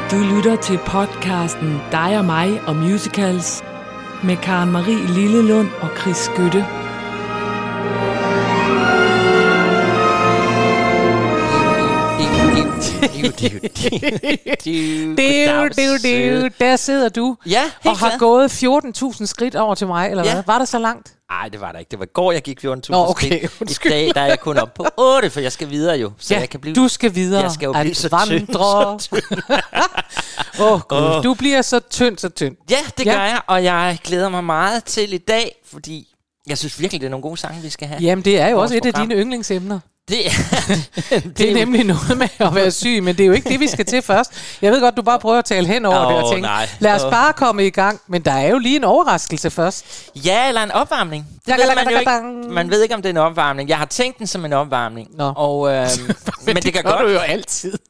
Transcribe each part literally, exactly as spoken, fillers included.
Du lytter til podcasten Dig og mig og musicals med Karen Marie Lillelund og Chris Skytte. Der sidder du ja, og har glad. gået fjorten tusind skridt over til mig, eller ja. hvad? Var det så langt? Nej, det var der ikke. Det var i går, jeg gik fjorten tusind Nå, okay. skridt. I dag der er jeg kun op på otte, for jeg skal videre jo. Så ja, jeg kan blive, du skal videre. Jeg skal jo blive så vandre. tynd. Åh, oh, Gud. Oh. Du bliver så tynd, så tynd. Ja, det ja. gør jeg, og jeg glæder mig meget til i dag, fordi jeg synes virkelig, det er nogle gode sange, vi skal have. Jamen, det er jo også et program. Af dine yndlingsemner. Det er, det, det er nemlig noget med at være syg, men det er jo ikke det, vi skal til først. Jeg ved godt, du bare prøver at tale hen over oh, det og tænke, nej. lad os bare komme i gang. Men der er jo lige en overraskelse først. Ja, eller en opvarmning. Det ved man, jo ikke. Man ved ikke, om det er en opvarmning. Jeg har tænkt den som en opvarmning. Nå. Og, øh, men det, det kan gør godt. du jo altid.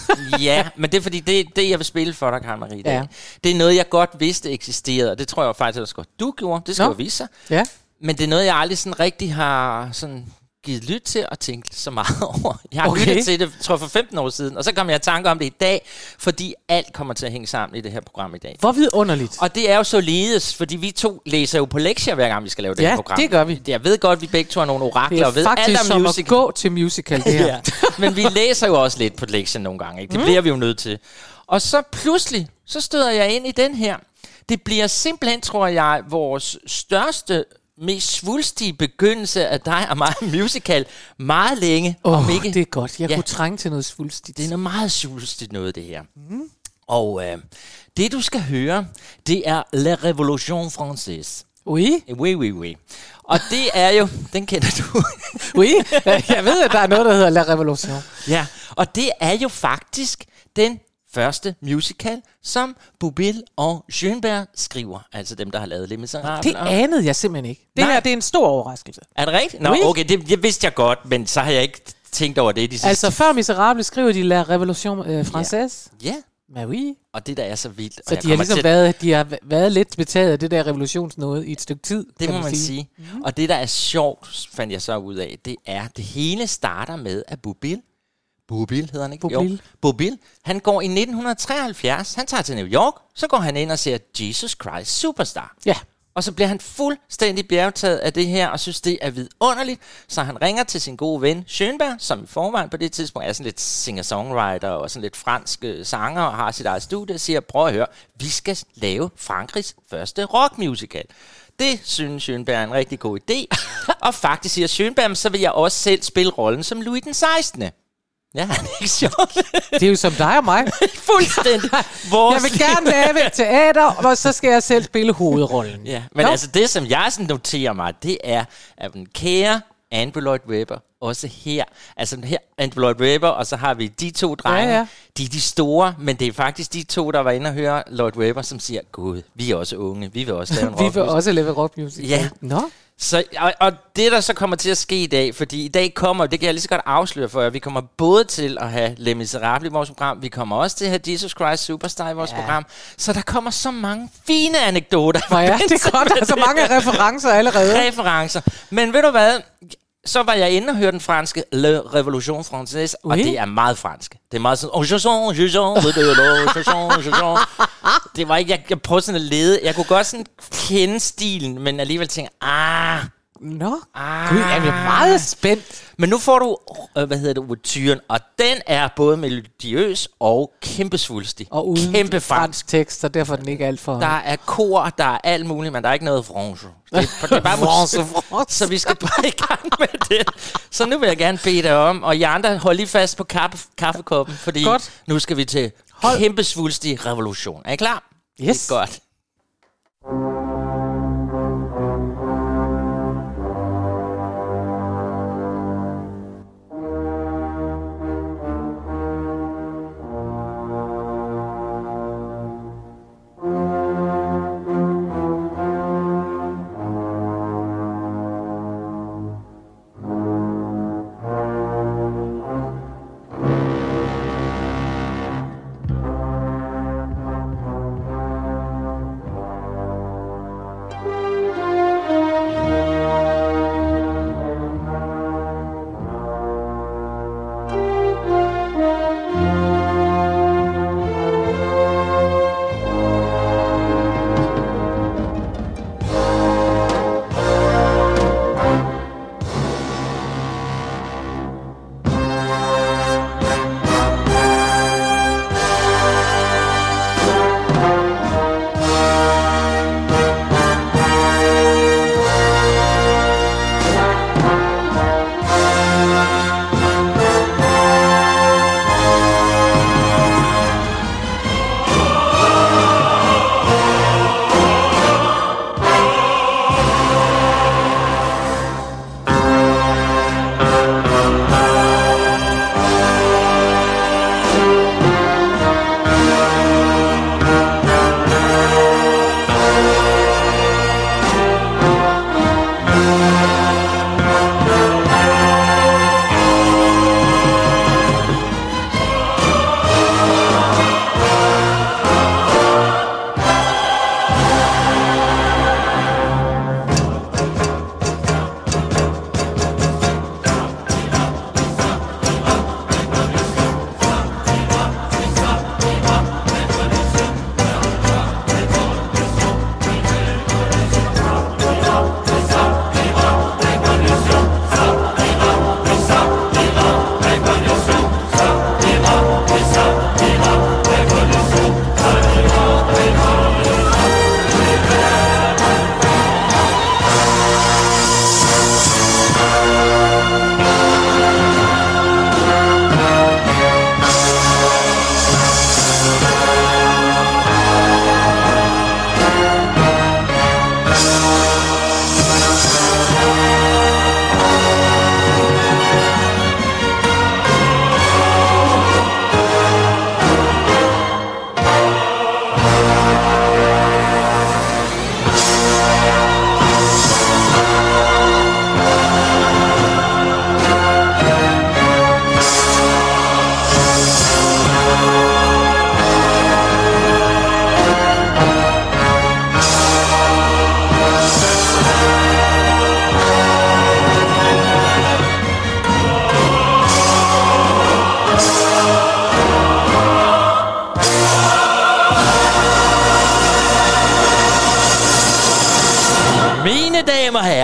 Ja, men det er fordi, det, det jeg vil spille for dig, Karen Marie, i dag. Ja. Det er noget, jeg godt vidste eksisterede, og det tror jeg faktisk også godt, du gjorde. Det skal jo vise sig. Ja. Men det er noget, jeg aldrig sådan rigtig har sådan givet lyt til og tænkt så meget over. Jeg har okay. lyttet til det, tror jeg, for femten år siden, og så kom jeg i tanke om det i dag, fordi alt kommer til at hænge sammen i det her program i dag. Hvor vidunderligt. Og det er jo således, fordi vi to læser jo på lektier, hver gang vi skal lave det ja, her program. Ja, det gør vi. Jeg ved godt, vi begge to er nogle orakler og ved alt om musical. Det er faktisk som at gå til musical, det her. ja. Men vi læser jo også lidt på lektier nogle gange, ikke? Det mm. bliver vi jo nødt til. Og så pludselig, så støder jeg ind i den her. Det bliver simpelthen, tror jeg, vores største mest svulstige begyndelse af Dig og mig musical meget længe. Åh, om ikke. Det er godt. Jeg ja. kunne trænge til noget svulstigt. Det er noget meget svulstigt noget, det her. Mm. Og øh, det, du skal høre, det er La Révolution Française. Oui? Oui, oui, oui. Og det er jo... Den kender du. Oui? Jeg ved, at der er noget, der hedder La Révolution. Ja, og det er jo faktisk den første musical, som Bourvil og Schönberg skriver. Altså dem, der har lavet Les Misérables. Det anede jeg simpelthen ikke. Det Nej. her, det er en stor overraskelse. Er det rigtigt? Nå, oui. okay, det, det vidste jeg godt, men så har jeg ikke tænkt over det de sidste. Altså før Misérables skriver de La Révolution øh, Française. Ja. ja. Men oui. Og det der er så vildt. Så de har ligesom til... været, de har været lidt betaget af det der revolutionsnåde i et stykke tid. Det må man sige. sige. Mm-hmm. Og det, der er sjovt, fandt jeg så ud af, det er, det hele starter med, at Bourvil, Bourvil hedder han ikke? Bourvil. Jo. Bourvil. Han går i nitten treoghalvfjerds, han tager til New York, så går han ind og ser Jesus Christ Superstar. Ja. Og så bliver han fuldstændig bjergtaget af det her, og synes, det er vidunderligt. Så han ringer til sin gode ven Schönberg, som i forvejen på det tidspunkt er sådan lidt singer-songwriter og sådan lidt fransk sanger og har sit eget studie, og siger, prøv at høre, vi skal lave Frankrigs første rockmusical. Det synes Schönberg er en rigtig god idé. Og faktisk siger Schönberg, så vil jeg også selv spille rollen som Louis den sekstende. Ja, det er ikke sjovt. Det er jo som dig og mig. Fuldstændig. Vores jeg vil gerne lave et teater, og så skal jeg selv spille hovedrollen. Ja, men Nå? altså det, som jeg sådan noterer mig, det er, at den kære Andrew Lloyd Webber, også her, altså her Andrew Lloyd Webber, og så har vi de to drenge, ja, ja. de er de store, men det er faktisk de to, der var inde og høre Lloyd Webber, som siger, gud, vi er også unge, vi vil også lave en rockmusik. Vi vil også lave rockmusik. Ja. Nå? Så, og, og det, der så kommer til at ske i dag, fordi i dag kommer, det kan jeg lige så godt afsløre for jer, vi kommer både til at have Les Misérables i vores program, vi kommer også til at have Jesus Christ Superstar i vores ja. program, så der kommer så mange fine anekdoter. Nå ja, det er godt, der er så mange referencer allerede. Referencer. Men ved du hvad, så var jeg inde og hørte den franske Le Révolution Française, oui. Og det er meget fransk. Det er meget sådan, oh, je sens, je sens, je sens, je sens. Det var ikke, jeg, jeg prøvede sådan at lede. Jeg kunne godt sådan kende stilen, men alligevel tænke, ah, Nå, ah. Gud, jeg er meget spændt. Men nu får du, øh, hvad hedder det, ouverturen, og den er både melodiøs og kæmpe svulstig. Og uden kæmpe fransk tekst, så derfor er den ikke alt for... Der er kor, der er alt muligt, men der er ikke noget fransk. Det, det er bare musik, så vi skal bare i gang med det. Så nu vil jeg gerne bede dig om, og I andre hold lige fast på kaffe, kaffekoppen, fordi godt. Nu skal vi til hold. Kæmpe svulstig revolution. Er I klar? Yes. Det er godt.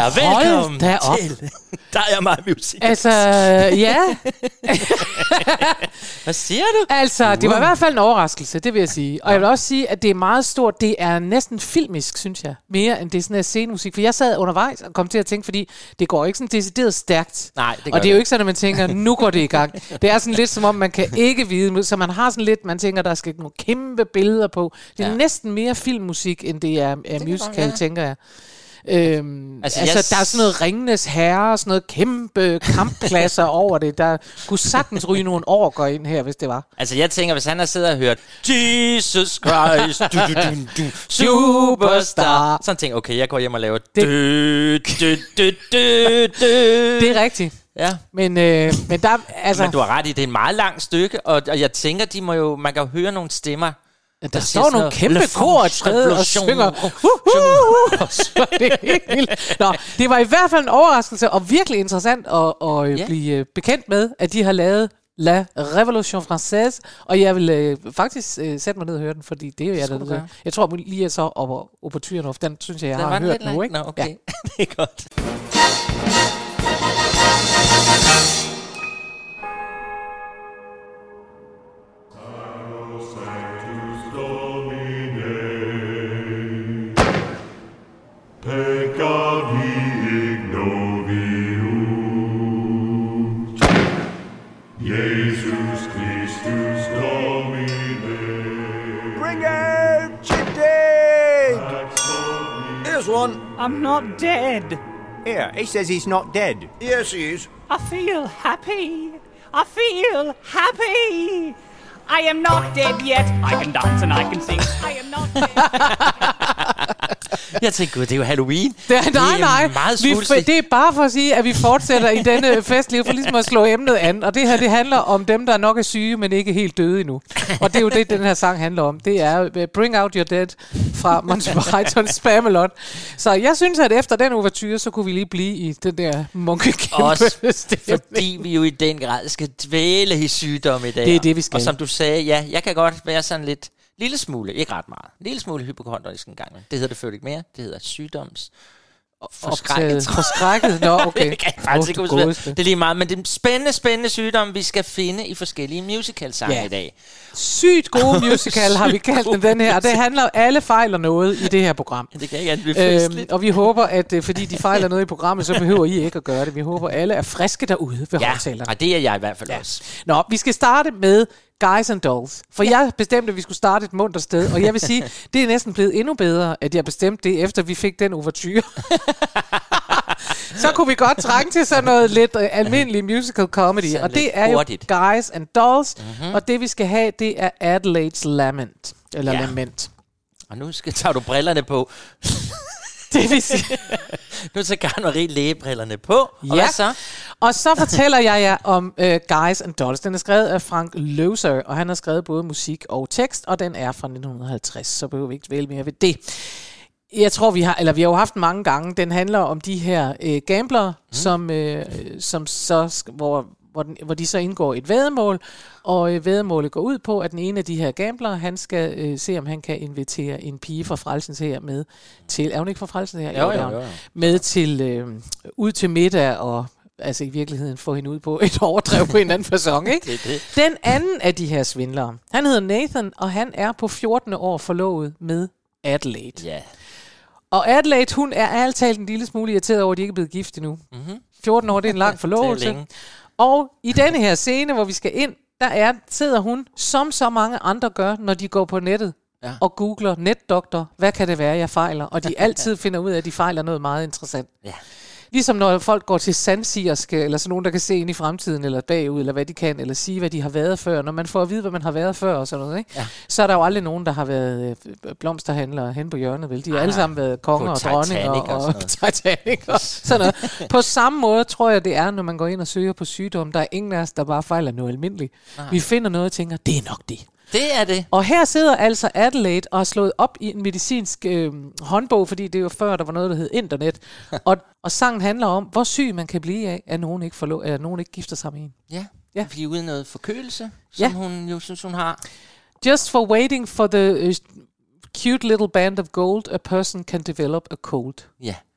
Ja, velkommen til Der er mig musik. Altså, ja. Hvad siger du? Altså, det var i hvert fald en overraskelse, det vil jeg sige. Og jeg vil også sige, at det er meget stort. Det er næsten filmisk, synes jeg. Mere end det er sådan her scenemusik. For jeg sad undervejs og kom til at tænke, fordi det går ikke sådan decideret stærkt. Nej, det gør Og det er det. jo ikke sådan, at man tænker, nu går det i gang. Det er sådan lidt som om, man kan ikke vide. Så man har sådan lidt, man tænker, der skal nogle kæmpe billeder på. Det er ja. næsten mere filmmusik, end det er, er det musical, godt, ja. tænker jeg. Øhm, altså, altså yes. der er sådan noget Ringenes Herre, sådan noget kæmpe kamppladser over det. Der kunne sagtens ryge nogle orker ind her, hvis det var. Altså jeg tænker, hvis han har siddet og hørt Jesus Christ, du, du, du, du, superstar, så han tænker, okay, jeg går hjem og laver det. Dø, dø, dø, dø, dø. Det er rigtigt. Ja. Men, øh, men der, altså... Men du har ret i, det er et meget langt stykke, og, og jeg tænker, de må jo, man kan jo høre nogle stemmer. Der, der står nogle kæmpe kor et sted og synger. Uh, uh, uh, så det er helt vildt. Nå, det var i hvert fald en overraskelse, og virkelig interessant at, at yeah. blive bekendt med, at de har lavet La Révolution Française, og jeg vil øh, faktisk øh, sætte mig ned og høre den, fordi det er jo jeg, der det. Jeg tror lige, jeg så op Ouverturen, den synes jeg, jeg den har hørt nu, ikke? Nå, okay. Ja. Det er godt. Jesus Christus Domine. Bring out your dead! Here's one. I'm not dead. Here, he says he's not dead. Yes, he is. I feel happy. I feel happy. I am not dead yet. I can dance and I can sing. I am not dead. Jeg tænkte, gud, det er jo Halloween. Det er, nej, nej. Meget vi, det er bare for at sige, at vi fortsætter i denne festliv, for ligesom at slå emnet an. Og det her, det handler om dem, der nok er syge, men ikke helt døde endnu. Og det er jo det, den her sang handler om. Det er Bring Out Your Dead fra Monty Python's Spamalot. Så jeg synes, at efter den ouverture, så kunne vi lige blive i den der munkekæmpe Også fordi vi jo i den grad skal dvæle i sygdom i dag. Det er det, vi skal. Og som du sagde, ja, jeg kan godt være sådan lidt... Lille smule, ikke ret meget. Lille smule hypokondrisk en gang. Det hedder det før ikke mere. Det hedder sygdoms... Forskrækket. Forskrækket? Nå, okay. det, oh, ikke det. det er lige meget, men det er en spændende, spændende sygdom, vi skal finde i forskellige musical-sange ja. i dag. Sygt gode musical har vi kaldt den, den her, og det handler om, alle fejler noget i det her program. Det kan ikke andet blive øhm, Og vi håber, at fordi de fejler noget i programmet, så behøver I ikke at gøre det. Vi håber, at alle er friske derude ved ja, højtalerne. Ja, det er jeg i hvert fald ja. også. Nå, vi skal starte med Guys and Dolls. For ja. jeg bestemte, at vi skulle starte et munter sted, og jeg vil sige, det er næsten blevet endnu bedre, at jeg bestemte det, efter vi fik den ouverture. Så kunne vi godt trænge til sådan noget lidt uh, almindelig musical comedy, sådan og det er hurtigt. Jo Guys and Dolls, mm-hmm. og det vi skal have, det er Adelaide's Lament, eller ja. Lament. Og nu skal, tager du brillerne på. Det vil sige. Nu tager Karen Marie lægebrillerne på, og ja. hvad så? Og så fortæller jeg jer om uh, Guys and Dolls. Den er skrevet af Frank Loesser, og han har skrevet både musik og tekst, og den er fra nitten halvtreds, så behøver vi ikke vælge mere ved det. Jeg tror, vi har, eller vi har jo haft mange gange. Den handler om de her øh, gamblere, mm. som, øh, som så, hvor, hvor, den, hvor de så indgår et væddemål, og øh, væddemålet går ud på, at den ene af de her gamblere, han skal øh, se, om han kan invitere en pige fra Frelsens Hær med til, er hun ikke fra Frelsens Hær? Jo, jo, jo, jo. Med til, øh, ud til middag og altså i virkeligheden få hende ud på et overdrev på en anden facon, ikke? det, det. Den anden af de her svindlere, han hedder Nathan, og han er på fjortende år forlovet med Adelaide. Ja. Yeah. Og Adelaide, hun er ærligt talt en lille smule irriteret over, at de ikke er blevet gift endnu. Mm-hmm. fjorten år, det er en lang forlovelse. Og i denne her scene, hvor vi skal ind, der er, sidder hun, som så mange andre gør, når de går på nettet ja. og googler netdoktor, hvad kan det være, jeg fejler? Og de altid finder ud af, at de fejler noget meget interessant. Ja. Ligesom når folk går til sandsigerske, eller sådan nogen, der kan se ind i fremtiden, eller bagud, eller hvad de kan, eller sige, hvad de har været før. Når man får at vide, hvad man har været før, og sådan noget, ikke? Ja. Så er der jo aldrig nogen, der har været øh, blomsterhandlere hen på hjørnet, vel? De har ah, alle sammen været konger og dronninger og, og, og Titanic og sådan noget. På samme måde tror jeg, det er, når man går ind og søger på sygdom. Der er ingen af os, der bare fejler noget almindeligt. Ah. Vi finder noget og tænker, det er nok det. Det er det. Og her sidder altså Adelaide og har slået op i en medicinsk øh, håndbog, fordi det er jo før, der var noget, der hed internet. og, og sangen handler om, hvor syg man kan blive af, at nogen ikke, forlo- at nogen ikke gifter sig med en. Ja, ja. Fordi uden noget forkølelse, som ja. hun jo synes, hun har. Just for waiting for the uh, cute little band of gold, a person can develop a cold. Ja.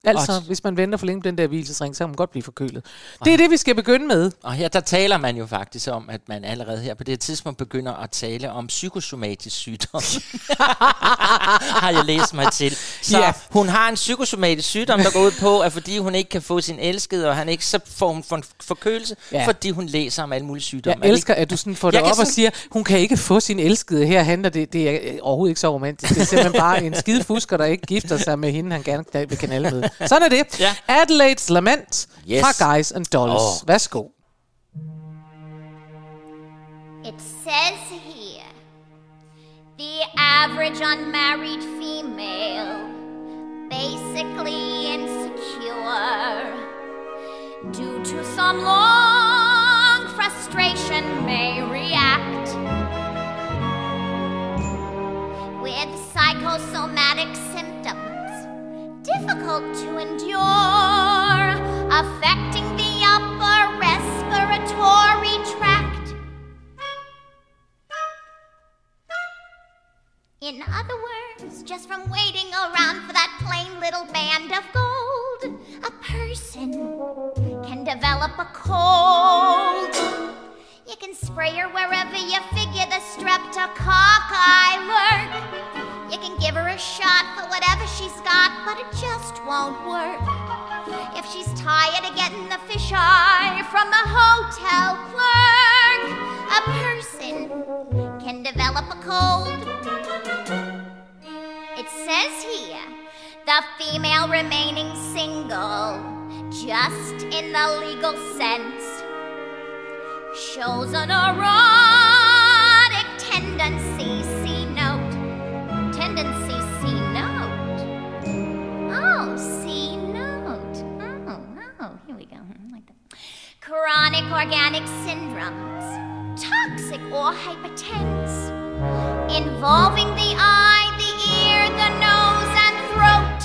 Altså, og hvis man venter for længe på den der hvilesesring, så kan man godt blive forkølet. Det er det, vi skal begynde med. Og her, der taler man jo faktisk om, at man allerede her på det tidspunkt begynder at tale om psykosomatisk sygdom. Har jeg læst mig til. Så ja. Hun har en psykosomatisk sygdom, der går ud på, at fordi hun ikke kan få sin elskede, og han ikke, så får hun for forkølelse, ja. fordi hun læser om alle mulige sygdomme. Jeg elsker, at du sådan får det op sådan... og siger, hun kan ikke få sin elskede. Her handler det, det er overhovedet ikke så romantisk. Det er simpelthen bare en skide fusker, der ikke gifter sig med hende, han gerne vil knalde med. Sådan er det. Ja. Adelaide's Lament yes. fra Guys and Dolls. Oh. Værsgo. It says here, the average unmarried female, basically insecure, due to some long frustration may react with psychosomatic symptoms difficult to endure, affecting the upper respiratory tract. In other words, just from waiting around for that plain little band of gold, a person can develop a cold. You can spray her wherever you figure the streptococci lurk. You can give her a shot for whatever she's got, but it just won't work. If she's tired of getting the fisheye from the hotel clerk, a person can develop a cold. It says here, the female remaining single, just in the legal sense, shows an erotic tendency, C note. Tendency, C note. Oh, C note. Oh, oh, here we go. Like that. Chronic organic syndromes, toxic or hypertense, involving the eye, the ear, the nose, and throat.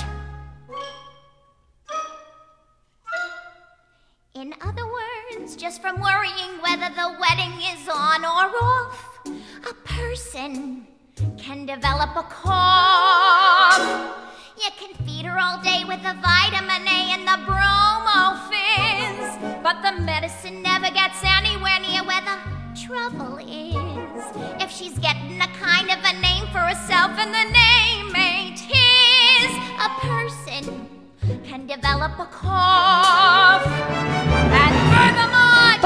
In other words, just from worrying whether the wedding is on or off, a person can develop a cough. You can feed her all day with the vitamin A and the bromo fizz, but the medicine never gets anywhere near where the trouble is. If she's getting a kind of a name for herself and the name ain't his, a person can develop a cough. And furthermore,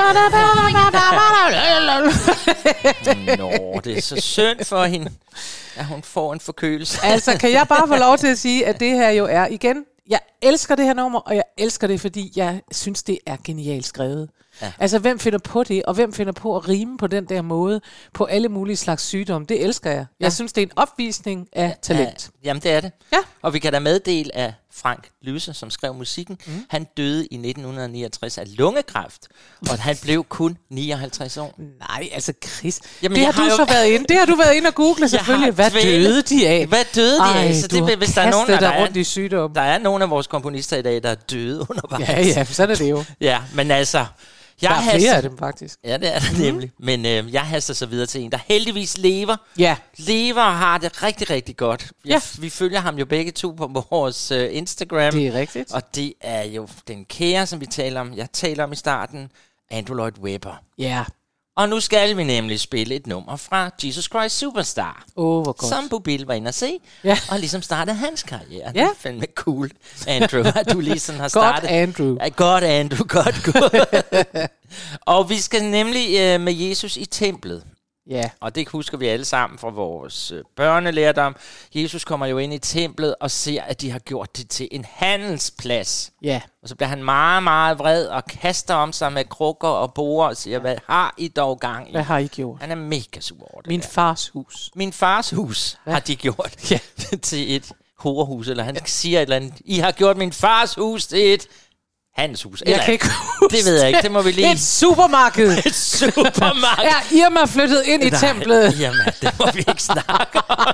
Nå, det er så synd for hende, at hun får en forkølelse. Altså, kan jeg bare få lov til at sige, at det her jo er, igen, jeg elsker det her nummer, og jeg elsker det, fordi jeg synes, det er genialt skrevet. Ja. Altså, hvem finder på det, og hvem finder på at rime på den der måde, på alle mulige slags sygdomme? Det elsker jeg. Jeg ja. synes, det er en opvisning af ja, talent. Ja, jamen, det er det. Ja. Og vi kan da meddele af Frank Lyse, som skrev musikken. Mm. Han døde i nitten niogtres af lungekræft, og han blev kun nioghalvtreds år. Nej, altså Chris, Jamen, det har du har så jo... været inde. Det har du været inde og google selvfølgelig. Hvad tvæle. døde de af? Hvad døde de Ej, af? Så det, det, hvis der er nogen, der, der er rundt i sygdom. Der er nogle af vores komponister i dag, der er døde undervejs. Ja, ja, sådan er det jo. Ja, men altså... Jeg der er flere haster, af dem faktisk. Ja, det er det nemlig. Mm. Men øh, jeg haster så videre til en, der heldigvis lever. Ja. Lever og har det rigtig, rigtig godt. Ja. Jeg, vi følger ham jo begge to på vores øh, Instagram. Det er rigtigt. Og det er jo den kære, som vi taler om. Jeg taler om i starten, Andrew Lloyd Webber. Ja. Og nu skal vi nemlig spille et nummer fra Jesus Christ Superstar. Åh, oh, hvor godt. Som Bubil var inde at se. Ja. Og ligesom startede hans karriere. Ja. Det er fandme cool, Andrew, at du lige sådan har startet. Godt, Andrew. Ja, godt, Andrew. Godt, godt. Og vi skal nemlig øh, med Jesus i templet. Ja. Og det husker vi alle sammen fra vores øh, børnelærdom. Jesus kommer jo ind i templet og ser, at de har gjort det til en handelsplads. Ja. Og så bliver han meget, meget vred og kaster om sig med krukker og borer og siger, hvad har I dog gang i? Hvad har I gjort? Han er mega sur over det Min der. fars hus. Min fars hus ja. har de gjort ja. til et horehus. Eller han siger et eller andet, I har gjort min fars hus til et... handelshus. Jeg kan ikke huske det ved jeg ikke, det må vi lige... Et supermarked. Et supermarked. Er Irma flyttet ind i Nej, templet? Irma, det må vi ikke snakke om.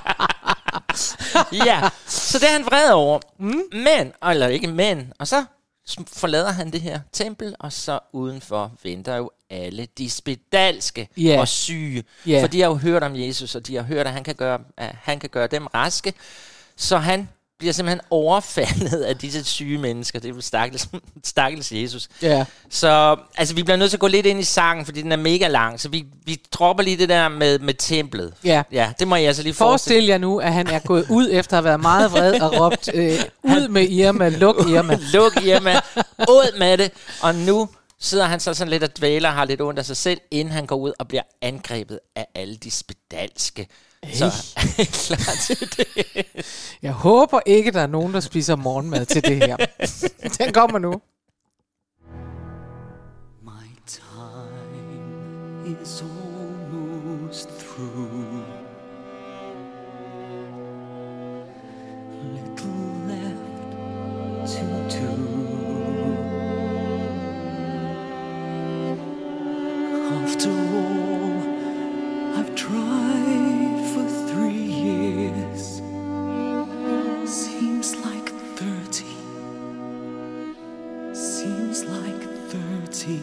Ja, så det er han vred over. Mm. Men, eller ikke men, og så forlader han det her tempel, og så udenfor venter jo alle de spedalske yeah. og syge. Yeah. For de har jo hørt om Jesus, og de har hørt, at han kan gøre, at han kan gøre dem raske. Så han bliver simpelthen overfaldet af disse syge mennesker. Det er jo stakkels, stakkels Jesus. Ja. Så altså, vi bliver nødt til at gå lidt ind i sangen, fordi den er mega lang. Så vi, vi dropper lige det der med, med templet. Ja. Ja, det må jeg altså lige Forestil forestille. jer nu, at han er gået ud efter at have været meget vred og råbt, øh, ud med Irma, luk Irma. Luk Irma, ud med det. Og nu sidder han så sådan lidt og dvæler og har lidt ondt af sig selv, inden han går ud og bliver angrebet af alle de spedalske. Hey. Så er jeg klar til det. Jeg håber ikke, der er nogen, der spiser morgenmad til det her. Den kommer nu. My time is almost through. Little left to do. After all I've tried for three years, seems like thirty, seems like thirty.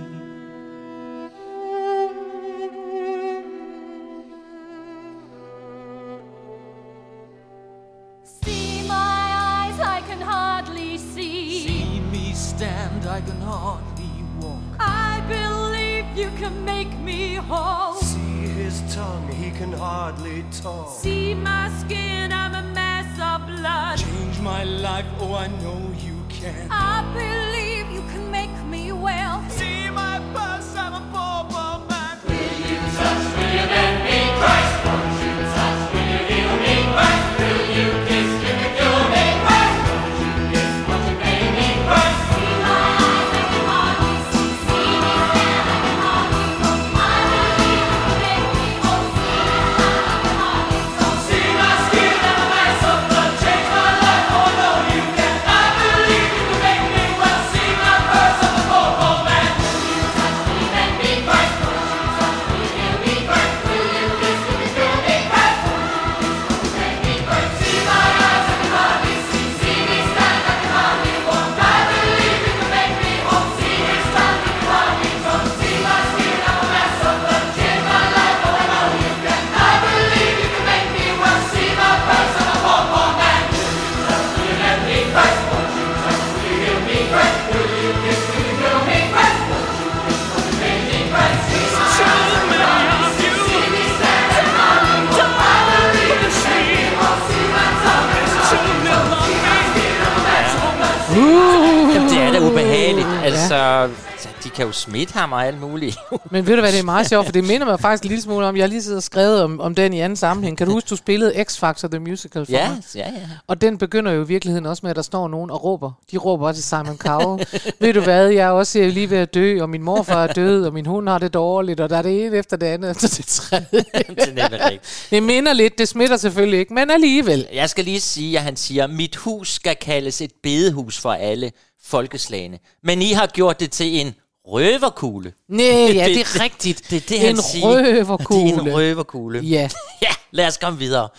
See my eyes, I can hardly see. See me stand, I can hardly walk. I believe you can make me whole. See his tongue, he can hardly talk. See my skin, I'm a mess of blood. Change my life, oh I know you can. I believe you can make me well. See my purse, I'm a poor, poor man. Will you touch me and make me Christ? Won't you touch me and heal me Christ? Will you kiss, you can cure me Christ? Won't you kiss, won't you make me Christ? See my eyes, I can hardly see. See me stand, I can hardly walk. I believe you can make me whole. See my tongue, I can hardly talk. See my skin, I'm a mess of blood. Change my life, oh no you can. I believe you can make me well. See my purse, I'm a poor, poor man. Will you touch me and make me Christ? Won't you touch me and heal me Christ? Will you kiss, you can cure me Christ? Won't you kiss, won't you make me Christ? See my eyes, I can hardly see. See me stand, I can hardly walk. I believe you can make me whole. See his tongue, he can hardly talk. See my skin, I'm a mess of blood. Change my life, oh I know you can. I believe you can make me well. See my purse, I'm a poor, poor man. Will you touch me and let me Christ? Won't you touch me and heal me Christ? Will you kiss me and cure me Christ? Won't you kiss, won't you make me Christ? See my eyes, I can hardly see. See me stand, I can hardly walk. I believe you can make me whole. See my tongue, I can hardly talk. See my skin, I'm a mess of blood. Uh, Jamen, det er da ubehageligt. Altså, de kan jo smitte ham og alt muligt. Men ved du hvad, det er meget sjovt, for det minder mig faktisk en lille smule om, jeg har lige siddet og skrevet om, om den i anden sammenhæng. Kan du huske, du spillede X-Factor The Musical for Ja, mig? ja, ja. Og den begynder jo i virkeligheden også med, at der står nogen og råber. De råber også til Simon Cowell. Ved du hvad, jeg er også lige ved at dø, og min morfar er død, og min hund har det dårligt, og der er det ene efter det andet efter det tredje. Det er nemlig rigtigt. Det minder lidt, det smitter selvfølgelig ikke, men alligevel. Jeg skal lige sige, at han siger, mit hus skal kaldes et bedehus for alle folkeslagene. Men I har gjort det til en røverkugle. Nej, ja, det er rigtigt. Det er det, han en siger. røverkugle. Det er en røverkugle. Ja. Ja, lad os komme videre.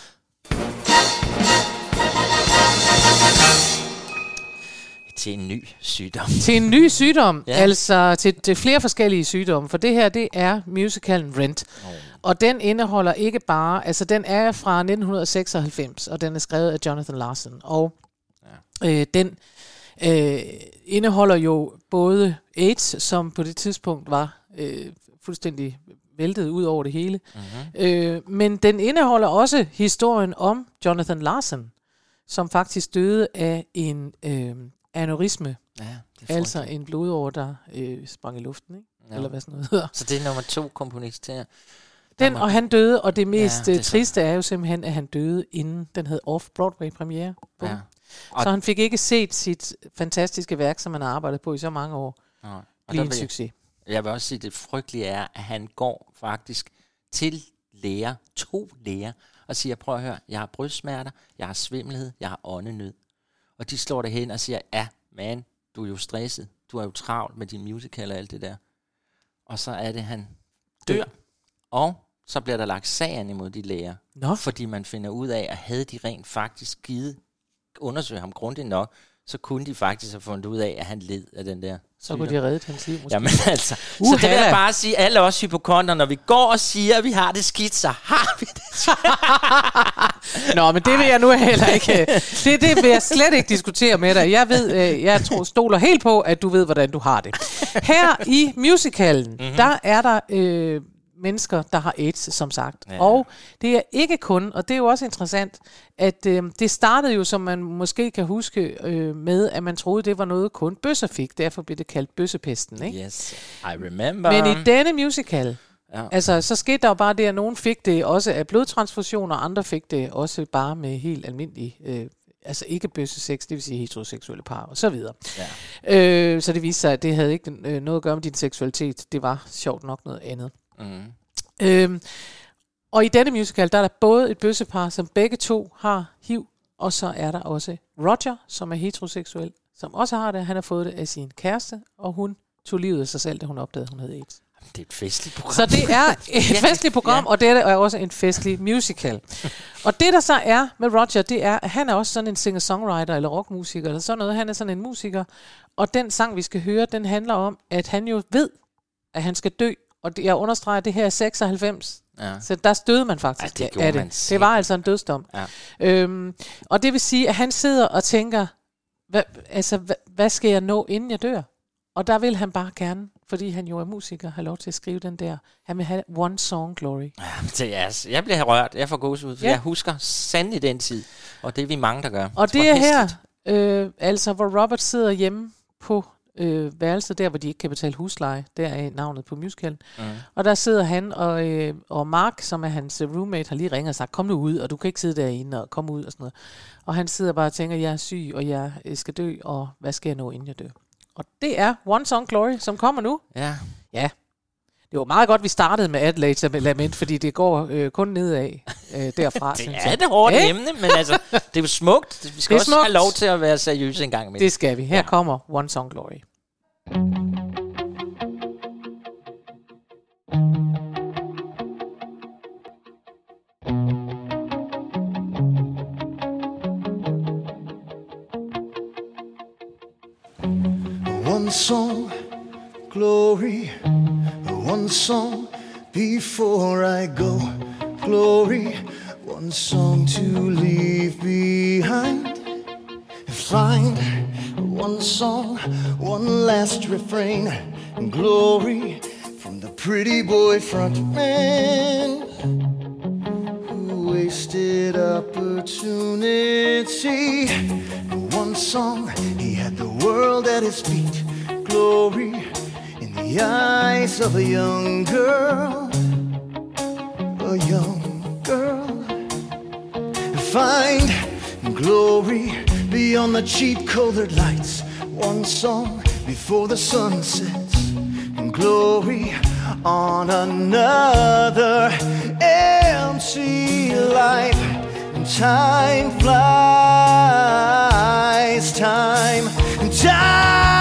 Til en ny sygdom. Til en ny sygdom, Ja. ja. altså til, til flere forskellige sygdomme, for det her, det er musicalen Rent. Oh. Og den indeholder ikke bare, altså den er fra nitten seksoghalvfems, og den er skrevet af Jonathan Larson, og ja. øh, den øh, indeholder jo både AIDS, som på det tidspunkt var øh, fuldstændig væltet ud over det hele, mm-hmm. øh, men den indeholder også historien om Jonathan Larson, som faktisk døde af en øh, aneurisme, Ja, altså en blodåre, der øh, sprang i luften, ikke? Ja. Eller hvad sådan noget hedder. Så det er nummer to komponist her. Den, og han døde, og det mest Ja, ja, det er triste er jo simpelthen, at han døde, inden den hed Off-Broadway-premiere. Ja. Så han fik ikke set sit fantastiske værk, som han har arbejdet på i så mange år, Nej. Og blive der en vil jeg- succes. Jeg vil også sige, at det frygtelige er, at han går faktisk til læger, to læger, og siger, prøv at høre, jeg har brystsmerter, jeg har svimmelhed, jeg har åndenød. Og de slår det hen og siger, ja, man, du er jo stresset, du er jo travlt med din musical og alt det der. Og så er det, han dør. Og så bliver der lagt sagen imod de læger, Nå. fordi man finder ud af, at havde de rent faktisk givet undersøge ham grundigt nok, så kunne de faktisk have fundet ud af, at han led af den der. Så kunne de redde hans liv måske. Jamen altså. Uh, så det vil jeg bare sige, alle os hypokonder, når vi går og siger, at vi har det skidt, så har vi det. Nå, men det vil jeg nu heller ikke. Det, det vil jeg slet ikke diskutere med dig. Jeg ved, jeg tror, stoler helt på, at du ved, hvordan du har det. Her i musicalen, mm-hmm. der er der øh, mennesker, der har AIDS, som sagt. Ja. Og det er ikke kun, og det er jo også interessant, at øh, det startede jo, som man måske kan huske, øh, med, at man troede, det var noget kun bøsser fik. Derfor blev det kaldt bøssepesten, ikke? Yes, I remember. Men i denne musical, ja. altså, så skete der jo bare det, at nogen fik det også af blodtransfusion, og andre fik det også bare med helt almindelig, øh, altså ikke bøssesex, det vil sige heteroseksuelle par, og så videre. Ja. Øh, så det viste sig, at det havde ikke øh, noget at gøre med din seksualitet. Det var sjovt nok noget andet. Mm. Øhm, og i denne musical, der er der både et bøssepar, som begge to har H I V, og så er der også Roger, som er heteroseksuel, som også har det. Han har fået det af sin kæreste, og hun tog livet af sig selv, da hun opdagede, at hun havde AIDS. Det er et festligt program. Så det er et festligt program, ja. Og det er også en festlig musical. Og det, der så er med Roger, det er, at han er også sådan en singer-songwriter eller rockmusiker, eller sådan noget. Han er sådan en musiker. Og den sang, vi skal høre, den handler om, at han jo ved, at han skal dø. Og det, jeg understreger, at det her er seksoghalvfems. Ja. Så der stødede man faktisk ja, det af det. Man det var altså en dødsdom. Ja. Øhm, og det vil sige, at han sidder og tænker, hvad, altså, hvad, hvad skal jeg nå, inden jeg dør? Og der vil han bare gerne, fordi han jo er musiker, have lov til at skrive den der. Han vil have One Song Glory. Ja, det er, altså, jeg bliver rørt. Jeg får gåsehud, for ja. Jeg husker sandelig den tid. Og det er vi mange, der gør. Og det, det er her, øh, altså hvor Robert sidder hjemme på øh, værelset, der hvor de ikke kan betale husleje. Der er navnet på musicalen. Mm. Og der sidder han, og, øh, og Mark, som er hans roommate, har lige ringet og sagt, kom nu ud, og du kan ikke sidde derinde, og kom ud og sådan noget. Og han sidder bare og tænker, jeg er syg, og jeg skal dø, og hvad skal jeg nå, inden jeg dør? Og det er One Song Glory, som kommer nu. Ja. Ja. Det var meget godt, vi startede med Adelaide Lament, fordi det går øh, kun nedad øh, derfra. Det er det hårdt hey? Emne, men altså, det er jo smukt. Vi skal også smukt. Have lov til at være seriøse en gang med det. Det skal vi. Her ja. Kommer One Song Glory. One song, glory, one song before I go, glory, one song to leave behind. Find one song, one last refrain, glory from the pretty boy front man who wasted opportunity. One song, he had the world at his feet. Glory in the eyes of a young girl, a young girl. Find glory beyond the cheap colored lights. One song before the sun sets, and glory on another empty life. And time flies, time, time.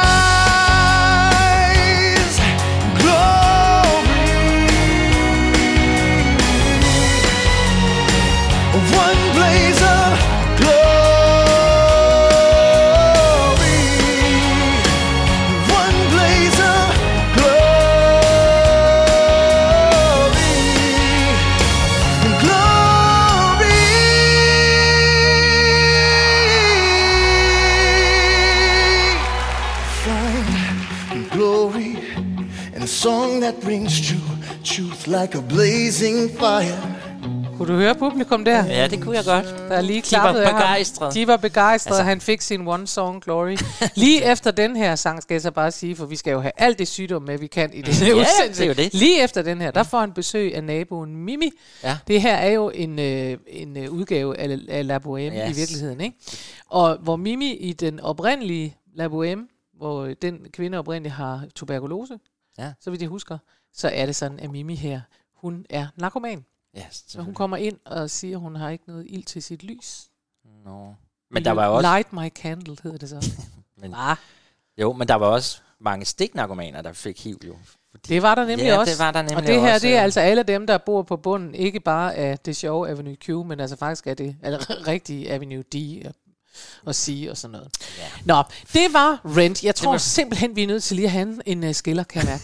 That brings true truth like a blazing fire. Kunne du høre publikum der? Ja, det kunne jeg godt. Der er lige klappet af ham. De var begejstrede. De var begejstrede. Altså. Han fik sin One Song Glory. Lige efter den her sang, skal jeg så bare sige, for vi skal jo have alt det sygdom med, vi kan i det her ja, udsendelse. Det er jo det. Lige efter den her, der får han besøg af naboen Mimi. Ja. Det her er jo en, øh, en øh, udgave af, af La Bohème yes. i virkeligheden, ikke? Og hvor Mimi i den oprindelige La Bohème, hvor den kvinde oprindeligt har tuberkulose, ja. Så vidt jeg husker, så er det sådan, at Mimi her, hun er narkoman. Yes, så hun kommer ind og siger, at hun har ikke noget ild til sit lys. No. Men der var også... Light my candle, hedder det så. men, ah. Jo, men der var også mange stiknarkomaner, der fik H I V jo. Fordi... Det var der nemlig ja, også. det var der nemlig og det her, også, det er ja. altså alle dem, der bor på bunden, ikke bare af det sjove Avenue Q, men altså faktisk er det altså rigtige Avenue D. at sige og sådan noget. Ja. Nå, det var Rent. Jeg tror var... simpelthen, vi er nødt til lige at have en, en uh, skiller, kan jeg mærke.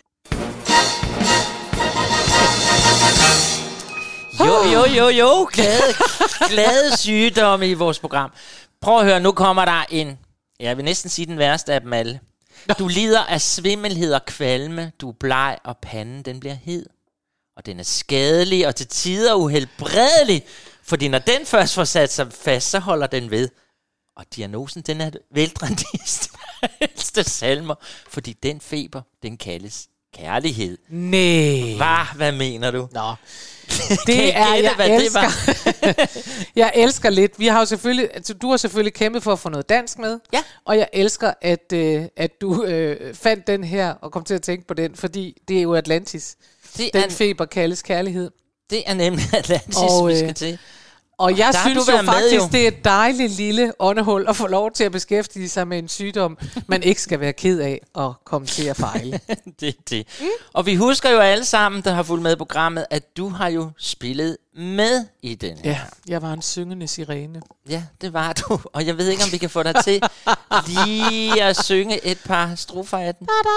Jo, jo, jo, jo. Glade, glade sygdomme i vores program. Prøv at høre, nu kommer der en, jeg vil næsten sige den værste af dem alle. Du lider af svimmelhed og kvalme, du er bleg, og panden den bliver hed. Og den er skadelig og til tider uhelbredelig, fordi når den først får sat sig fast, så holder den ved. Og diagnosen, den er veldrende ældste salmer, fordi den feber, den kaldes kærlighed. Næh. Hvad? Hvad mener du? Nå. Det er, jeg hvad elsker. Det var? Jeg elsker lidt. Vi har jo selvfølgelig, altså, du har selvfølgelig kæmpet for at få noget dansk med. Ja. Og jeg elsker, at, øh, at du øh, fandt den her og kom til at tænke på den, fordi det er jo Atlantis. Det den er, feber kaldes kærlighed. Det er nemlig Atlantis, og, øh, vi skal til. Og jeg der synes jo faktisk, med, jo. det er et dejligt lille åndehul at få lov til at beskæftige sig med en sygdom, man ikke skal være ked af at komme til at fejle. det er det. Mm. Og vi husker jo alle sammen, der har fulgt med i programmet, at du har jo spillet med i den her. Ja, jeg var en syngende sirene. Ja, det var du. Og jeg ved ikke, om vi kan få dig til lige at synge et par strofer af den. Det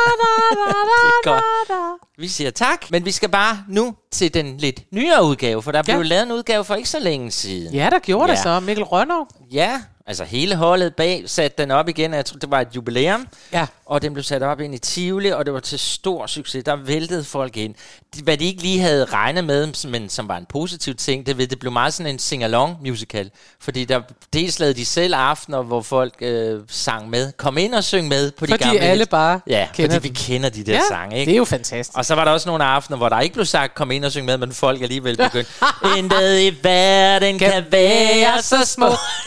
er godt. Vi siger tak, men vi skal bare nu til den lidt nyere udgave, for der ja. blev lavet en udgave for ikke så længe siden. Ja, der gjorde ja. det så. Mikkel Rønnow. Ja, altså hele holdet bag satte den op igen. Jeg tror, det var et jubilæum. Ja. Og den blev sat op ind i Tivoli, og det var til stor succes. Der væltede folk ind. Hvad de ikke lige havde regnet med, men som var en positiv ting, det, ved, det blev meget sådan en sing-along musical. Fordi der dels lavede de selv aftener, hvor folk øh, sang med. Kom ind og syng med på de fordi gamle. Fordi alle bare ja, kender fordi dem. vi kender de der ja, sange. Ikke? Det er jo fantastisk. Og så var der også nogle aftener, hvor der ikke blev sagt, kom ind og syng med, men folk alligevel begyndte. Intet i verden kan, kan være så små.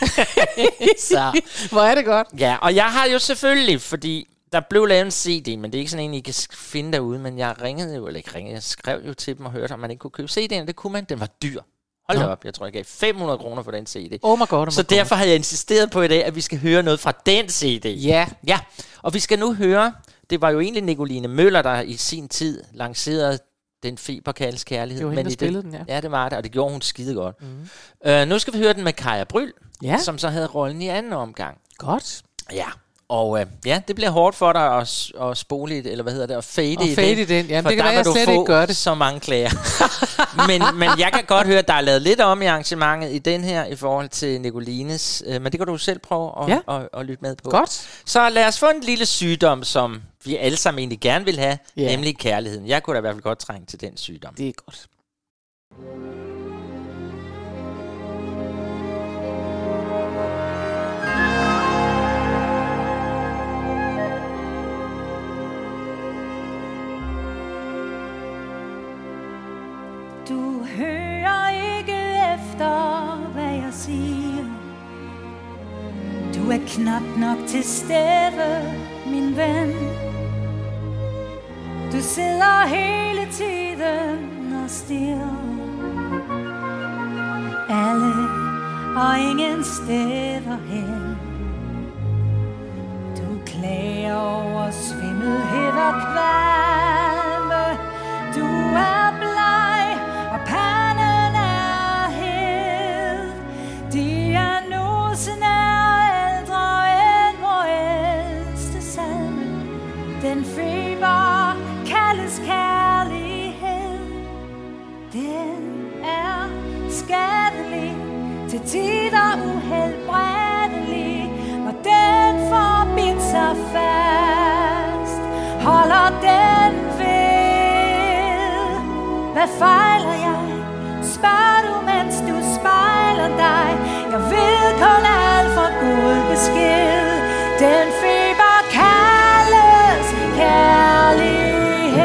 Så. Hvor er det godt. Ja, og jeg har jo selvfølgelig, fordi der blev lavet en C D, men det er ikke sådan en, I kan finde derude, men jeg ringede jo, eller ikke ringede, jeg skrev jo til dem og hørte, om man ikke kunne købe C D'en, det kunne man, den var dyr. Hold da op, jeg tror, jeg gav fem hundrede kroner for den C D. Oh my God, oh my Så God. derfor har jeg insisteret på i dag, at vi skal høre noget fra den C D. Ja. Ja, og vi skal nu høre, det var jo egentlig Nicoline Møller, der i sin tid lancerede den feber kaldes kærlighed. Det var hende, der spillede den, ja. Ja, det var det, og det gjorde hun skide godt. Mm. Uh, nu skal vi høre den med Kaja Bryl, ja. som så havde rollen i anden omgang. Godt. Ja, og uh, ja, det bliver hårdt for dig at, at spole i det, eller hvad hedder det, at fade og i fade den. i den, jamen for det kan der være, jeg slet ikke gør det. Så mange klager. men, men jeg kan godt høre, at der er lavet lidt om i arrangementet i den her, i forhold til Nicolines, uh, men det kan du selv prøve at, ja. at, at, at lytte med på. Godt. Så lad os få en lille sygdom, som vi alle sammen egentlig gerne vil have, yeah. nemlig kærligheden. Jeg kunne da i hvert fald godt trænge til den sygdom. Det er godt. Du hører ikke efter, hvad jeg siger. Du er knap nok til stede, min ven. Du sidder hele tiden og stirrer. Alle og ingen steder hen. Du klager over svimmelhed og kvalme. Du er bleg og panden er hed. Diagnosen er ældre end vor ældste salme. Den feber kaldes kærlighed. Den er skadelig, til tider uhelbredelig. Og den får bidt sig fast, holder den ved. Hvad fejler jeg? Spørger du, mens du spejler dig. Jeg ved kun alt for god besked. Den feber kaldes kærlighed.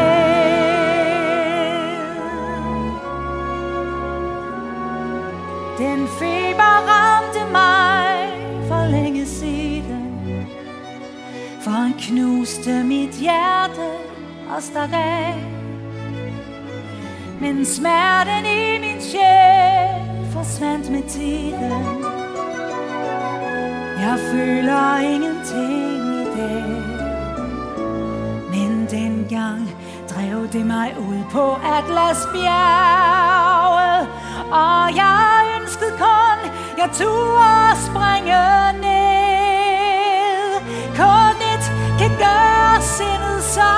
Den feber ramte mig for længe siden. For han knuste mit hjerte og stak af. Men smerten i min sjæl forsvandt med tiden. Jeg føler ingenting i dag. Men dengang drev det mig ud på Atlasbjerget. Og jeg ønsker husket kun, jeg turde springe ned. Kun et kan gøre sindet så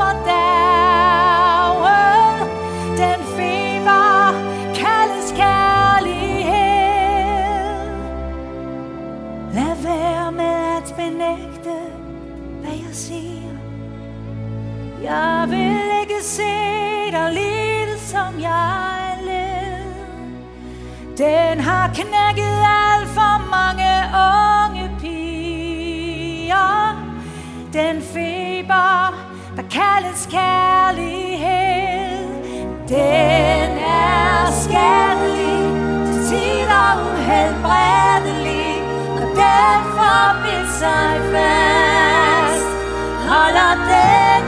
fordærvet. Den feber kaldes kærlighed. Lad være med at benægte, hvad jeg siger. Jeg vil ikke se dig lide, som jeg led. Den har knækket alt for mange unge piger. Den feber, der kaldes kærlighed, den er skadelig, til tider uhelbredelig, og derfor bidt sig fast, holder den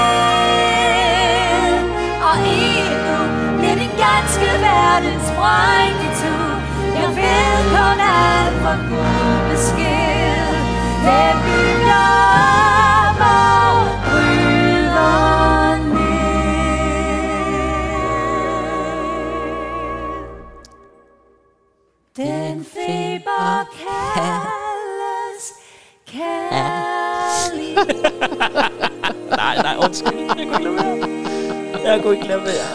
ved. Og endnu bliver din ganske verden sprængt i tu. Jeg ved kun alt for god besked. Den bygger op og bryder ned. Den feber kaldes kærlighed. Nej, nej, undskyld. Jeg kunne ikke lade være. Jeg kunne ikke lade være.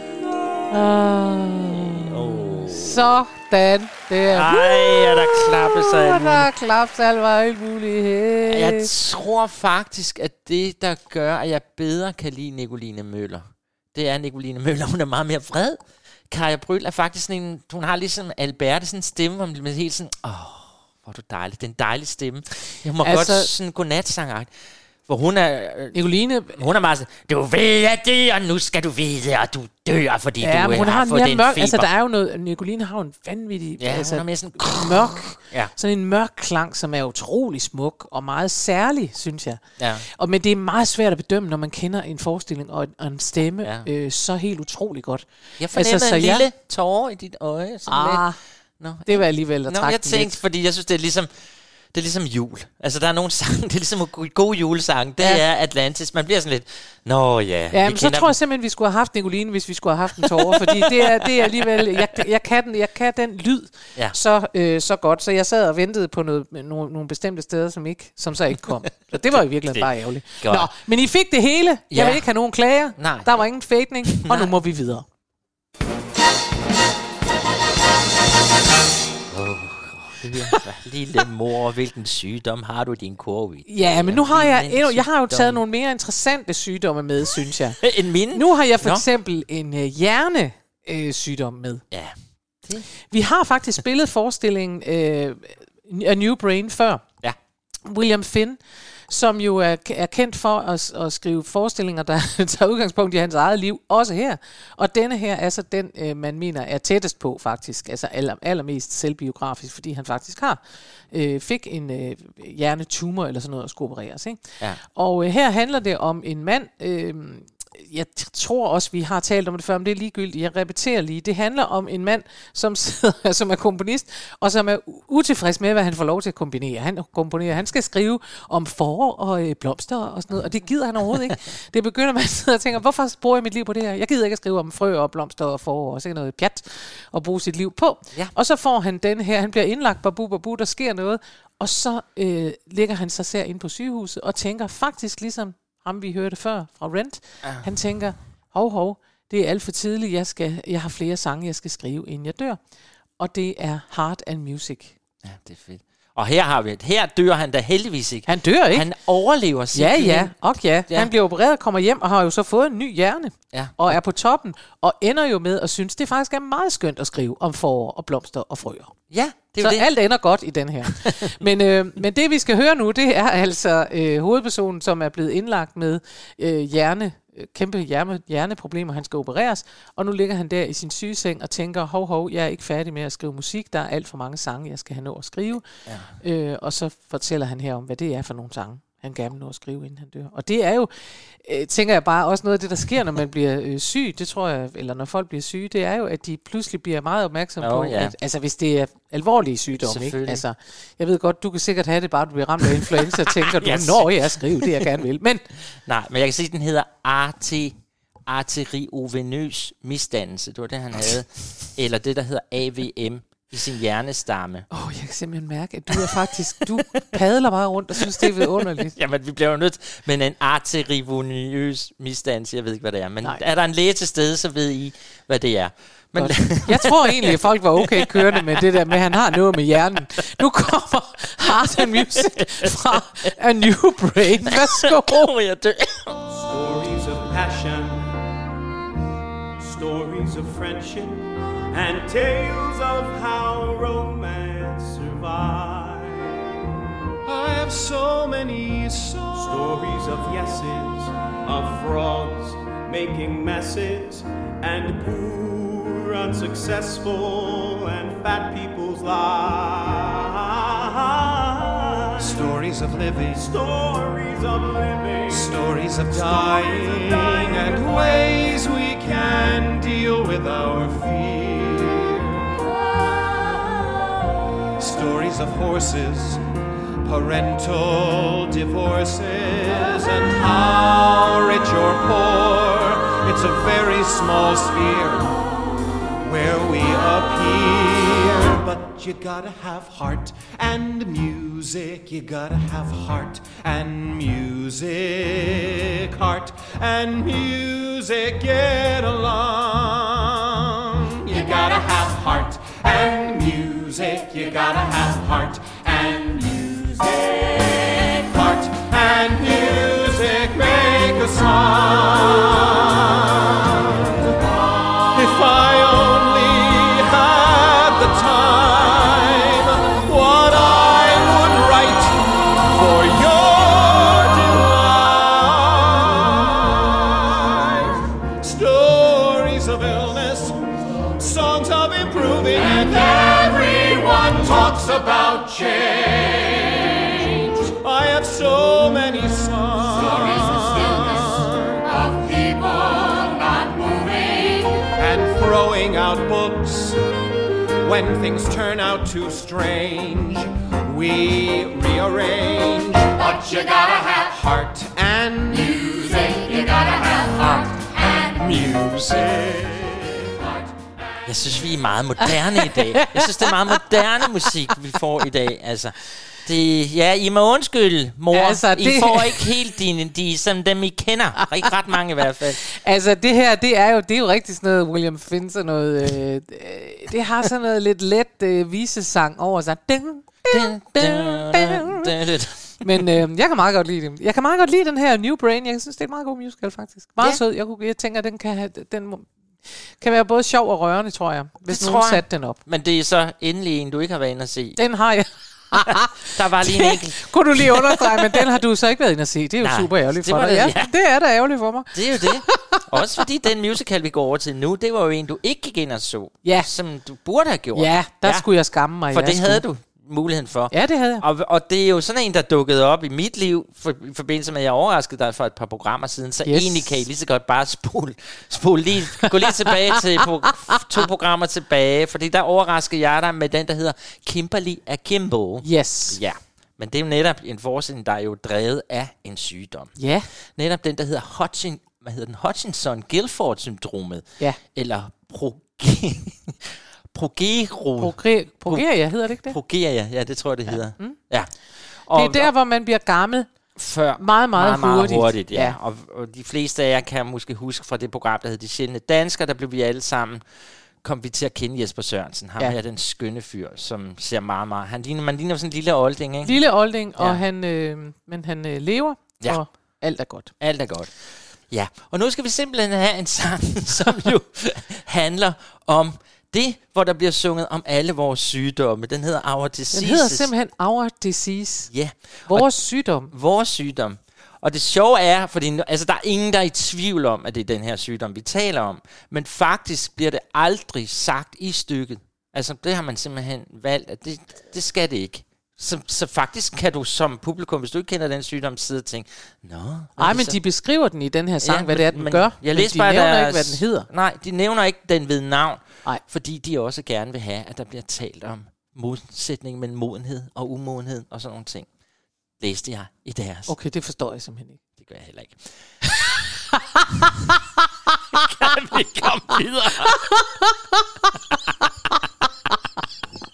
Uh, oh. Sådan. Det er... Ej, er der klappesalve. Der er klapsalve og alt muligt. Hey. Jeg tror faktisk, at det, der gør, at jeg bedre kan lide Nicoline Møller, det er, Nicoline Møller, hun er meget mere vred. Kaja Bryl er faktisk sådan en... Hun har ligesom Alberte, sådan en stemme, hvor man bliver helt sådan... Åh, hvor er du dejlig. Det er en dejlig stemme. Jeg må altså, godt sådan godnatsangagt. Hvor hun er... Nicoline... Hun er meget sådan... Du ved at det, og nu skal du vide, at du dør, fordi ja, du hun har, har fået den mørk, feber. Altså, der er jo noget... Nicoline har jo en vanvittig... Ja, altså, hun er mere sådan... Mørk. Ja. Sådan en mørk klang, som er utrolig smuk og meget særlig, synes jeg. Ja. Og, men det er meget svært at bedømme, når man kender en forestilling og en, og en stemme ja. øh, så helt utrolig godt. Jeg fornemmer altså, en lille jeg... tårer i dit øje. Ah, Nå, det var alligevel at Nå, trække jeg tænkte, lidt. Fordi jeg synes, det er ligesom... Det er ligesom jul. Altså, der er nogle sange, det er ligesom en god julesang. Det ja. er Atlantis. Man bliver sådan lidt, nå ja. Ja, men så tror jeg simpelthen, vi skulle have haft Nicoline, hvis vi skulle have haft en tårer. Fordi det er, det er alligevel, jeg, jeg, kan den, jeg kan den lyd ja. så, øh, så godt. Så jeg sad og ventede på noget, nogle, nogle bestemte steder, som, ikke, som så ikke kom. Så det var i virkeligheden bare ærgerligt. Nå, men I fik det hele. Jeg ja. vil ikke have nogen klager. Nej. Der var ingen fægtning. Og nu må vi videre. Lille mor, hvilken sygdom har du i din kurve? Ja, men nu har jeg, endnu, jeg har jo taget nogle mere interessante sygdomme med, synes jeg. En mine? Nu har jeg for Nå. eksempel en uh, hjernesygdom med. Ja. Det. Vi har faktisk spillet forestillingen uh, A New Brain før. Ja. William Finn, som jo er, er kendt for at, at skrive forestillinger, der tager udgangspunkt i hans eget liv, også her. Og denne her er så den, øh, man mener er tættest på faktisk, altså aller, allermest selvbiografisk, fordi han faktisk har øh, fik en øh, hjernetumor eller sådan noget, at skulle opereres. Ikke? Ja. Og øh, her handler det om en mand... Øh, jeg tror også, vi har talt om det før, men det er ligegyldigt. Jeg repeterer lige. Det handler om en mand, som, sidder, som er komponist, og som er utilfreds med, hvad han får lov til at kombinere. Han komponerer. Han skal skrive om forår og øh, blomster og sådan noget, og det gider han overhovedet ikke. Det begynder man at sidde og tænke, hvorfor bruger jeg mit liv på det her? Jeg gider ikke at skrive om frø og blomster og forår, og så noget pjat at bruge sit liv på. Ja. Og så får han den her, han bliver indlagt, babu, babu, der sker noget, og så øh, ligger han sig ser ind på sygehuset og tænker faktisk ligesom ham vi hørte før fra Rent, ja. Han tænker, hov hov, det er alt for tidligt, jeg, skal, jeg har flere sange, jeg skal skrive, inden jeg dør. Og det er Heart and Music. Ja, det er fedt. Og her har vi her dør han da heldigvis ikke. Han dør ikke. Han overlever simpelthen. Ja, ja, og ja. ja. Han bliver opereret, kommer hjem og har jo så fået en ny hjerne. Ja. Og er på toppen, og ender jo med at synes, det faktisk er meget skønt at skrive om forår og blomster og frøer. Ja, det er så jo det. alt ender godt i den her. men, øh, men det vi skal høre nu, det er altså øh, hovedpersonen, som er blevet indlagt med øh, hjerne, kæmpe hjerne, hjerneproblemer, han skal opereres, og nu ligger han der i sin sygeseng og tænker, hov hov, jeg er ikke færdig med at skrive musik, der er alt for mange sange, jeg skal have nå at skrive. Ja. Øh, og så fortæller han her om, hvad det er for nogle sange, han gerne vil nå at skrive, inden han dør. Og det er jo, øh, tænker jeg bare, også noget af det, der sker, når man bliver øh, syg, det tror jeg, eller når folk bliver syge, det er jo, at de pludselig bliver meget opmærksomme oh, på, ja. at, altså hvis det er alvorlige sygdomme, ikke? Altså, jeg ved godt, du kan sikkert have det, bare du bliver ramt af influenza, tænker du, yes. når jeg skriver det, jeg gerne vil. Men nej, men jeg kan sige, at den hedder arte, arteriovenøs misdannelse, det var det, han havde, eller det, der hedder A V M, i sin hjernestamme. Åh, oh, jeg kan simpelthen mærke, at du er faktisk, du padler bare rundt og synes, det er vidunderligt. Jamen, vi bliver jo nødt med en arterivoniøs misdannelse. Jeg ved ikke, hvad det er. Men Nej. er der en læge til stede, så ved I, hvad det er. Men jeg tror egentlig, at folk var okay kørende med det der med, at han har noget med hjernen. Nu kommer Heart and Music fra A New Brain. Værsgo. Jeg dør. Stories of passion, stories of friendship, and tales of how romance survived. I have so many songs. Stories of yeses, of frogs making messes, and poor, unsuccessful, and fat people's lives. Stories of living. Stories of living. Stories of dying, Stories of dying and ways we can deal with our fear. Stories of horses, parental divorces, and how rich or poor, it's a very small sphere where we appear. But you gotta have heart and music, you gotta have heart and music, heart and music, get along. You gotta have heart and music, you gotta have heart and music, heart and music, make a song. If I only had the time, what I would write for your delight. Stories of illness, songs of improving, and everyone talks about change. I have so many songs. Stories of stillness, of people not moving, and throwing out books when things turn out too strange. We rearrange, but you gotta have heart and music. You gotta have heart and music. Jeg synes, vi er meget moderne i dag. Jeg synes, det er meget moderne musik, vi får i dag. Altså, det, ja, I må undskylde, mor. Altså, det... I får ikke helt dine, de som dem, I kender. Ikke ret mange i hvert fald. Altså, det her, det er jo, det er jo rigtig sådan noget William Finns og noget... Øh, det har sådan noget lidt let øh, visesang over sig. Ding, ding, ding, ding. Men øh, jeg kan meget godt lide det. Jeg kan meget godt lide den her New Brain. Jeg synes, det er en meget god musical, faktisk. Meget ja. sød. Jeg, kunne, jeg tænker, den kan have... Den må, kan være både sjov og rørende, tror jeg, hvis det nogen satte den op. Men det er så endelig en, du ikke har været inde at se. Den har jeg. Der var lige en enkelt. Kunne du lige understrege, men den har du så ikke været inde at se. Det er jo Nej, super ærgerligt for dig. Det, ja, ja. det er da ærgerligt for mig. Det er jo det. Også fordi den musical, vi går over til nu, det var jo en, du ikke gik ind og så. Ja. Som du burde have gjort. Ja, der ja. skulle jeg skamme mig. For det skulle. havde du muligheden for. Ja, det havde jeg. Og, og det er jo sådan en, der dukkede op i mit liv, for, i forbindelse med, at jeg overraskede dig for et par programmer siden, så yes. egentlig kan I lige så godt bare spole, spole lige, gå lige tilbage til på, to programmer tilbage, fordi der overraskede jeg dig med den, der hedder Kimberly Akimbo. Yes. Ja, men det er jo netop en forestilling, der er jo drevet af en sygdom. Ja. Netop den, der hedder Hodgkin, hvad hedder den? Hutchinson-Gilford-syndromet. Ja. Eller pro Progero. Proge- progeria, hedder det ikke det? Progeria, ja, det tror jeg, det hedder. Ja. Mm. Ja. Og det er der, hvor man bliver gammel før meget, meget, meget hurtigt. Meget hurtigt ja. Ja. Og, og de fleste af jer kan måske huske fra det program, der hed De Sjældne Danskere, der blev vi alle sammen, kom vi til at kende Jesper Sørensen. Ham ja. er den skønne fyr, som ser meget, meget... Han ligner, man ligner sådan en lille olding, ikke? Lille olding, ja. og han, øh, men han øh, lever, ja. og alt er godt. Alt er godt. Ja, og nu skal vi simpelthen have en sang, som jo handler om det, hvor der bliver sunget om alle vores sygdomme. Den hedder Our Disease. Den hedder simpelthen Our Disease. Ja. Vores og sygdom. Vores sygdom. Og det sjove er, fordi altså, der er ingen, der er i tvivl om, at det er den her sygdom, vi taler om. Men faktisk bliver det aldrig sagt i stykket. Altså, det har man simpelthen valgt, at det, det skal det ikke. Så, så faktisk kan du som publikum, hvis du ikke kender den sygdom, sidde og tænke, nå... Nej, men så? De beskriver den i den her sang, ja, hvad det er, den men, gør. Jeg men de bare nævner deres, ikke, hvad den hedder. Nej, de nævner ikke den ved navn, nej. Fordi de også gerne vil have, at der bliver talt om modsætning mellem modenhed og umodenhed og sådan nogle ting. Læste jeg i deres. Okay, det forstår jeg simpelthen ikke. Det gør jeg heller ikke. Kan vi komme videre?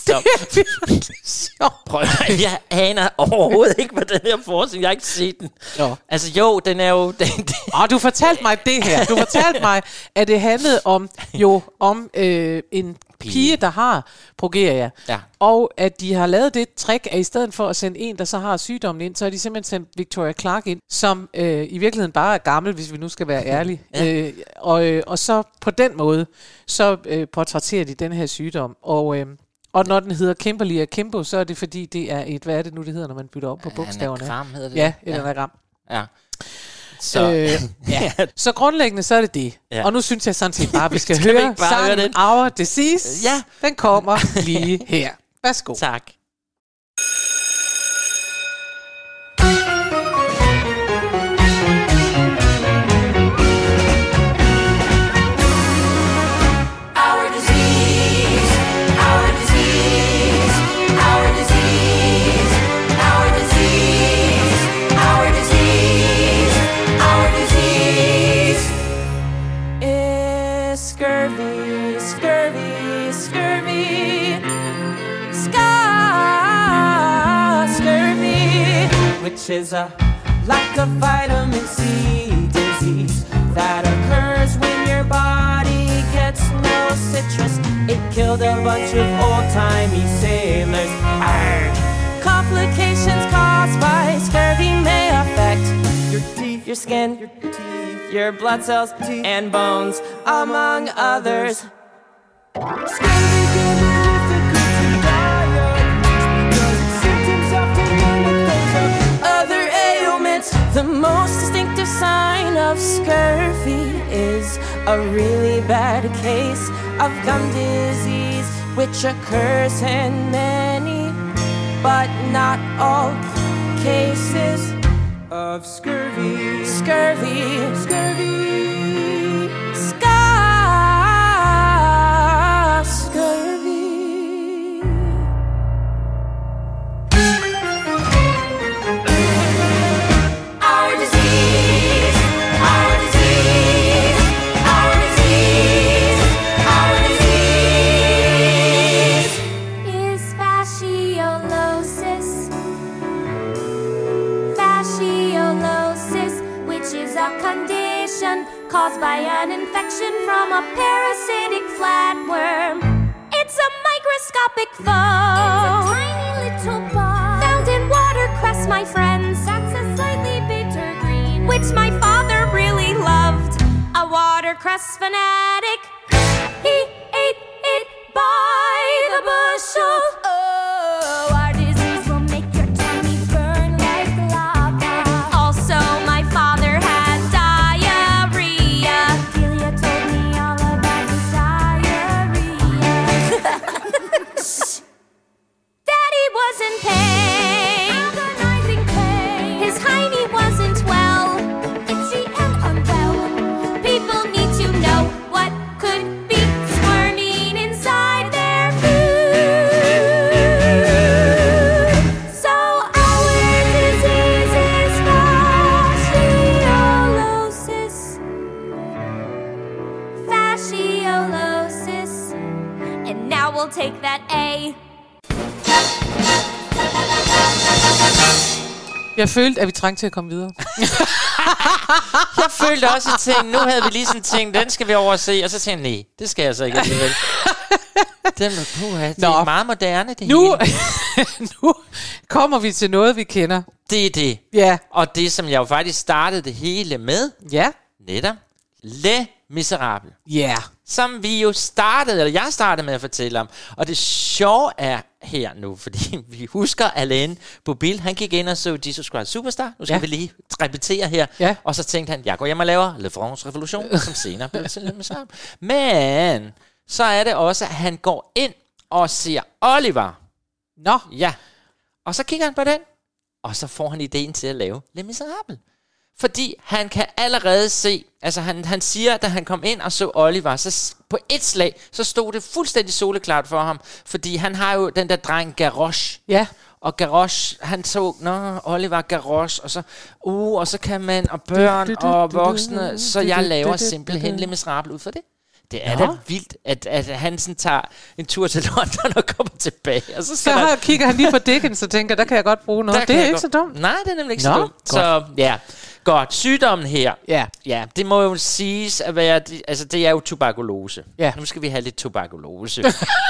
sygdom. Prøv, jeg aner overhovedet ikke, hvad den her forestilling. Jeg har ikke set den. Jo. Altså jo, den er jo... Den, den. Og du fortalte mig det her. Du fortalte mig, at det handlede om jo om øh, en pige. pige, der har progeria. Ja. Og at de har lavet det trick, at i stedet for at sende en, der så har sygdommen ind, så har de simpelthen sendt Victoria Clark ind, som øh, i virkeligheden bare er gammel, hvis vi nu skal være ærlige. Ja. Øh, og, øh, og så på den måde, så øh, portrætterer de den her sygdom. Og... Øh, Og når den hedder Kimberly og Kimbo, så er det fordi, det er et, hvad er det nu, det hedder, når man bytter op på bogstaverne? Anagram hedder det. Ja, et ja. anagram. Ja. Så. Øh, ja. Så grundlæggende, så er det det. Ja. Og nu synes jeg sådan set bare, at vi skal, skal høre sangen Our Disease. Ja. Den kommer lige her. Værsgo. Tak. Which is a lack of vitamin C disease that occurs when your body gets no citrus. It killed a bunch of old-timey sailors. Arrgh. Complications caused by scurvy may affect your teeth, your skin, your teeth, your blood cells, teeth, and bones, among others. Scurvy can be difficult to diagnose because symptoms often mimic those of other ailments. The most distinctive sign of scurvy is a really bad case of gum disease, which occurs in many, but not all, cases of scurvy. Scurvy. Scurvy. Scar. Scurvy. Our disease. Our disease. Our disease. Our disease is fasciolosis. Fasciolosis, which is a condition caused by an infection from a parasitic flatworm. It's a microscopic foe. It's a tiny little bug found in watercress, my friends. That's a slightly bitter green, which my father really loved. A watercress fanatic. He ate it by the bushel. Oh, our disease will make your tummy burn like lava. Also, my father had diarrhea. Delia told me all about his diarrhea. Daddy was in pain, agonizing pain. His hiney wasn't well, itchy and unwell. People need to know what could be squirming inside their food. So our disease is fasciolosis. Fasciolosis. And now we'll take that A. Jeg følte, at vi trængte til at komme videre. Jeg følte også, at tænkte, nu havde vi lige sådan tænkt, den skal vi overse, og så tænkte jeg, nej, det skal jeg så ikke alligevel. Den, puha, det er meget moderne, det nu, hele. Nu kommer vi til noget, vi kender. Det er det. Ja. Og det, som jeg jo faktisk startede det hele med, ja, netop, Les Miserables. Ja. Yeah. Som vi jo startede, eller jeg startede med at fortælle om. Og det sjove er her nu, fordi vi husker Alain Boublil, han gik ind og så Jesus Christ Superstar. Nu skal ja. vi lige repetere her. Ja. Og så tænkte han, jeg går hjem og laver Le France Revolution, som senere blev til Les Miserables. Men så er det også, at han går ind og ser Oliver. Nå. Ja. Og så kigger han på den, og så får han ideen til at lave Les Miserables. Fordi han kan allerede se, altså han, han siger, da han kom ind og så Oliver, så på et slag, så stod det fuldstændig soleklart for ham. Fordi han har jo den der dreng Gavroche. Ja. Og Gavroche, han så, nå, Oliver Gavroche, og så, uh, og så kan man, og børn og voksne, så jeg laver simpelthen Les Miserables ud for det. Det er Nå. da vildt, at, at han sådan tager en tur til London og kommer tilbage. Og så, Så skal der, her kigger han lige på Dickens og tænker, der kan jeg godt bruge noget. Der Det kan er jeg ikke godt- så dumt. Nej, det er nemlig ikke Nå, så dumt. godt. Så ja, godt. Sygdommen her, Ja. ja, det må jo siges at være, det- altså det er jo tuberkulose. Ja. Nu skal vi have lidt tuberkulose.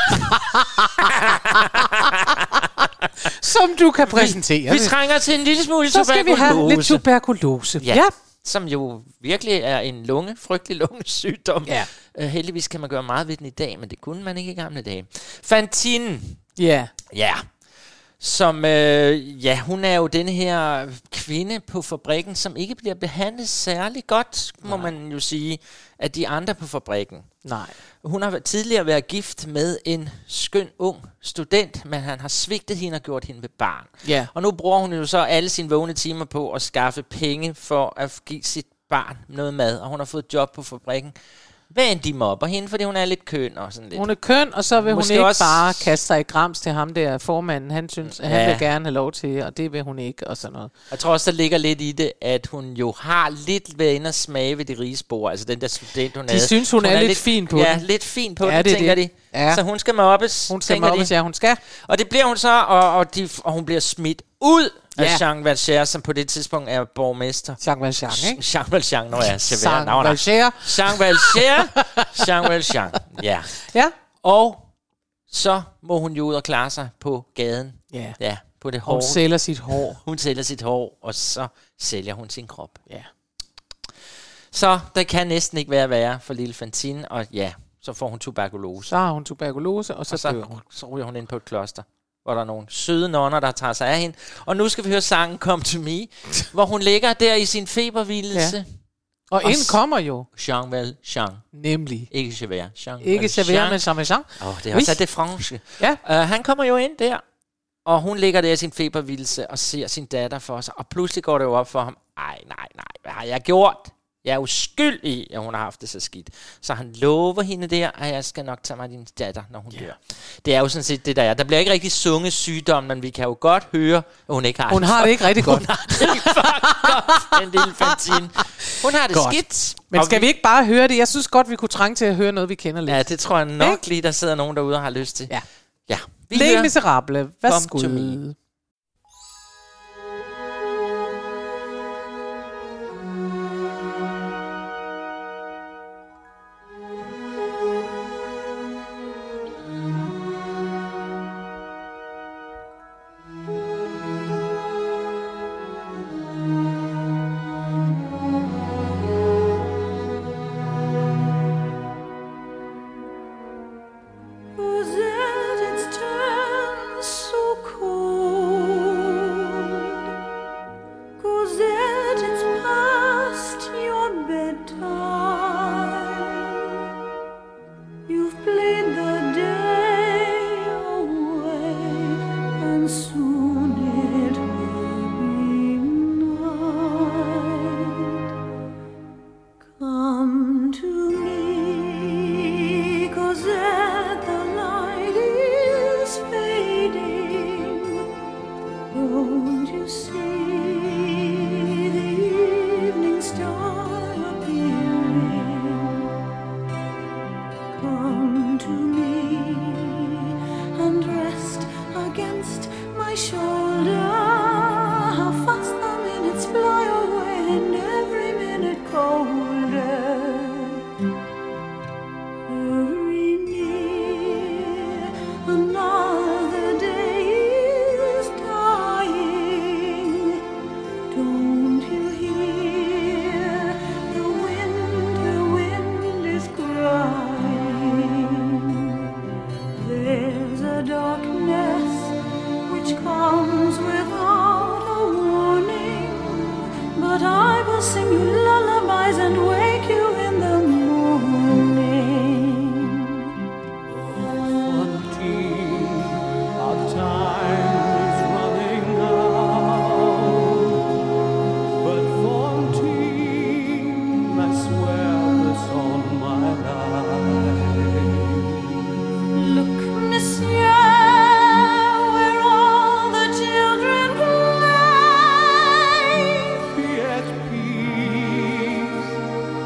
Som du kan præsentere. Vi trænger til en lille smule Så skal vi tuberkulose. have lidt tuberkulose. Ja. Ja. Som jo virkelig er en lunge, frygtelig lungesygdom. Ja. Uh, heldigvis kan man gøre meget ved den i dag, men det kunne man ikke i gamle dage. Fantine. Ja. Ja. Som, øh, ja, hun er jo denne her kvinde på fabrikken, som ikke bliver behandlet særlig godt, må Nej. man jo sige, af de andre på fabrikken. Nej. Hun har tidligere været gift med en skøn ung student, men han har svigtet hende og gjort hende ved barn. Ja. Og nu bruger hun jo så alle sine vågne timer på at skaffe penge for at give sit barn noget mad, og hun har fået job på fabrikken. Hvad end de mobber hende, fordi hun er lidt køn og sådan lidt. Hun er køn, og så vil Måske hun ikke også- bare kaste sig i grams til ham der formanden. Han synes, at han Ja. vil gerne have lov til, og det vil hun ikke, og sådan noget. Jeg tror også, der ligger lidt i det, at hun jo har lidt været inde og smage ved de rige spor. Altså den der student, hun De havde. synes, hun er lidt fin på Ja, den. lidt fin på Ja, den, det er tænker det. de. Ja. Så hun skal mobbes, Hun skal tænker mobbes, de. ja, hun skal. Og det bliver hun så, og, og, de, og hun bliver smidt ud af Ja. Jean Valjean, som på det tidspunkt er borgmester. Jean Valjean, ikke? Jean Valjean, når jeg er serveret Jean navnet. Valjean. Jean Valjean. Jean Valjean, ja. Ja. Og så må hun jo ud og klare sig på gaden. Ja. Ja, på det Hun hårde. sælger sit hår. Hun sælger sit hår, og så sælger hun sin krop. Ja. Så der kan næsten ikke være værre for lille Fantine, og ja, så får hun tuberkulose. Så har hun tuberkulose, og så, og så, dør hun. så ryger hun ind på et kloster, hvor der er nogle søde nonner, der tager sig af hende. Og nu skal vi høre sangen Come to Me, hvor hun ligger der i sin feberhvilelse. Ja. Og ind s- kommer jo. Jean Valjean. Nemlig. Ikke Javert. Jean Ikke Valjean. servere med Jean Valjean. Åh, oh, det er Oui. også det franske. Ja. Uh, han kommer jo ind der, og hun ligger der i sin febervildelse og ser sin datter for sig. Og pludselig går det jo op for ham. Ej, nej, nej, hvad har jeg gjort? Jeg er uskyld i, at hun har haft det så skidt. Så han lover hende der, at jeg skal nok tage mig af din datter, når hun yeah. dør. Det er jo sådan set det, der er. Der bliver ikke rigtig sunget sygdom, men vi kan jo godt høre, at hun ikke har Hun det. har det ikke rigtig godt. Hun har det ikke fucking godt, den lille Fantine. Hun har det Godt. skidt. Men Og skal vi ikke bare høre det? Jeg synes godt, vi kunne trænge til at høre noget, vi kender lidt. Ja, det tror jeg nok Ikke? lige, der sidder nogen derude og har lyst til. Ja. Ja. Vi Les hører Misérables. Værsgo. Come to Me. Cosette, it's turned so cold. Cosette, it's past your bedtime. You've played the day away, and soon it will be night. Come to me, Cosette, the light is fading. Don't you see the evening star appearing? Come to me and rest against my shoulder. How fast the minutes fly away and every minute colder. Hurry near, another day is dying. Don't you hear the winter wind is crying? There's a darkness which comes without a warning, but I will sing you lullabies and wake you in the morning. Fantine, our time is running out. But Fantine, I swear this on my life. Look, monsieur, where all the children play. Be at peace,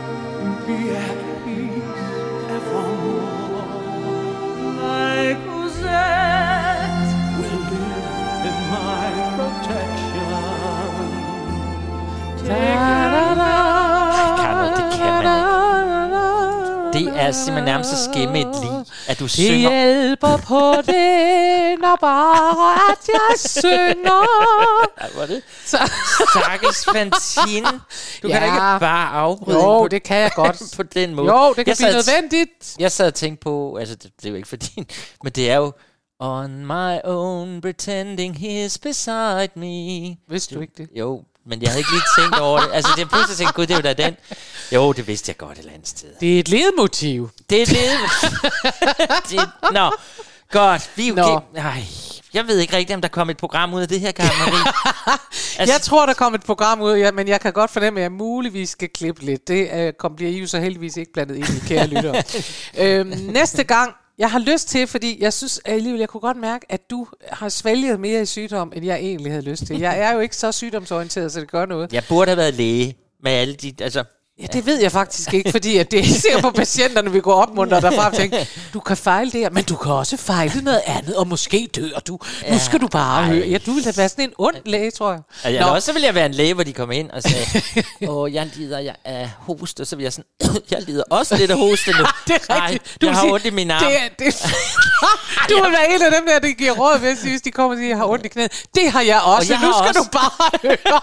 Det er simpelthen nærmest at skimme et lig, at du det synger. Det hjælper på det, når bare at jeg synger. Ej, hvor er det? Så. Stakkels Fantine. Du ja. kan da ikke bare afbryde Jo, på, det kan jeg godt. på den måde. Jo, det kan jeg blive sad, nødvendigt. Jeg sad og tænkte på, altså det, det er jo ikke fordi, men det er jo on my own, pretending he's beside me. Vidste du ikke det? Jo, men jeg havde ikke lige tænkt over det. Altså, det er pludselig tænkt, gud, det er jo da den. Jo, det vidste jeg godt et eller andet sted. Det er et ledmotiv. Det er et ledmotiv. det, nå, godt. Vi er jo gen- Ej, jeg ved ikke rigtigt, om der kom et program ud af det her, Karen Marie. altså, jeg tror, der kom et program ud, ja, men jeg kan godt fornemme, at jeg muligvis skal klippe lidt. Det uh, kom, bliver I jo så heldigvis ikke blandet ind i, kære lyttere. øhm, næste gang, jeg har lyst til, fordi jeg synes alligevel, jeg kunne godt mærke, at du har svælget mere i sygdom, end jeg egentlig havde lyst til. Jeg er jo ikke så sygdomsorienteret, så det gør noget. Jeg burde have været læge med alle de... Altså Ja, det ved jeg faktisk ikke, fordi at det er især på patienterne, vi går opmuntre derfra og tænker, du kan fejle det her, men du kan også fejle noget andet, og måske dør du. Ja, nu skal du bare ej. høre. Ja, du vil da være sådan en ond læge, tror jeg. Altså, jeg også vil jeg være en læge, hvor de kom ind og sagde, åh, jeg lider jeg af hoste, så vil jeg sådan, jeg lider også lidt af hoste nu. Det er rigtigt. Du jeg har sige, ondt i min arm. Det er, det du vil være en af dem der, der giver råd ved at sige, hvis de kommer og siger, jeg har ondt i knæet. Det har jeg også, og jeg nu skal også. Du bare høre.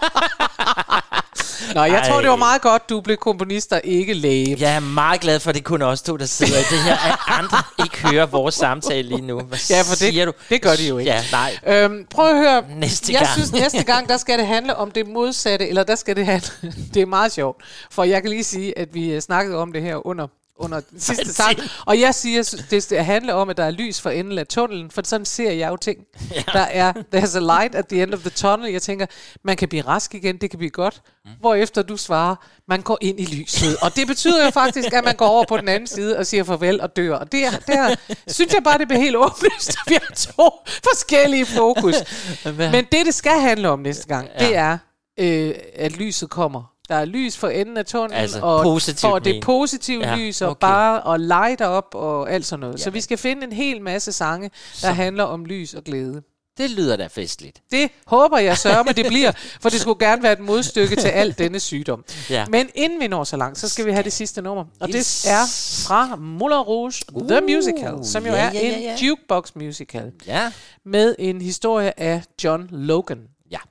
Nå, jeg Ej. tror, det var meget godt, du blev komponist og ikke læge. Jeg er meget glad for, at det kun os to, der sidder i det her, at andre ikke hører vores samtale lige nu. Hvad ja, for siger det, du? det gør de jo ikke. Ja, nej. Øhm, prøv at høre. Næste jeg gang. synes, næste gang, der skal det handle om det modsatte, eller der skal det handle... det er meget sjovt, for jeg kan lige sige, at vi snakkede om det her under... under den sidste sang. Og jeg siger, det, det handler om, at der er lys for enden af tunnelen, for sådan ser jeg jo ting. Ja. Der er, there's a light at the end of the tunnel. Jeg tænker, man kan blive rask igen, det kan blive godt. Mm. Hvorefter du svarer, man går ind i lyset. Og det betyder jo faktisk, at man går over på den anden side og siger farvel og dør. Og det, er, det er, synes jeg bare, det bliver helt åbenlyst, at vi har to forskellige fokus. Men det, det skal handle om næste gang, ja. det er, øh, at lyset kommer. Der er lys for enden af tunnelen, altså, og for det positive ja, lys, og okay. bare og light op og alt sådan noget. Ja, så vi skal finde en hel masse sange, der så. handler om lys og glæde. Det lyder da festligt. Det håber jeg sørger med, det bliver, for det skulle gerne være et modstykke til al denne sygdom. Ja. Men inden vi når så langt, så skal vi have det sidste nummer. Og det er fra Moulin Rouge, uh, The Musical, som jo ja, er ja, ja, ja. en jukebox musical. Ja. Med en historie af John Logan.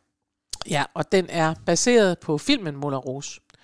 Ja, og den er baseret på filmen Moulin Rouge.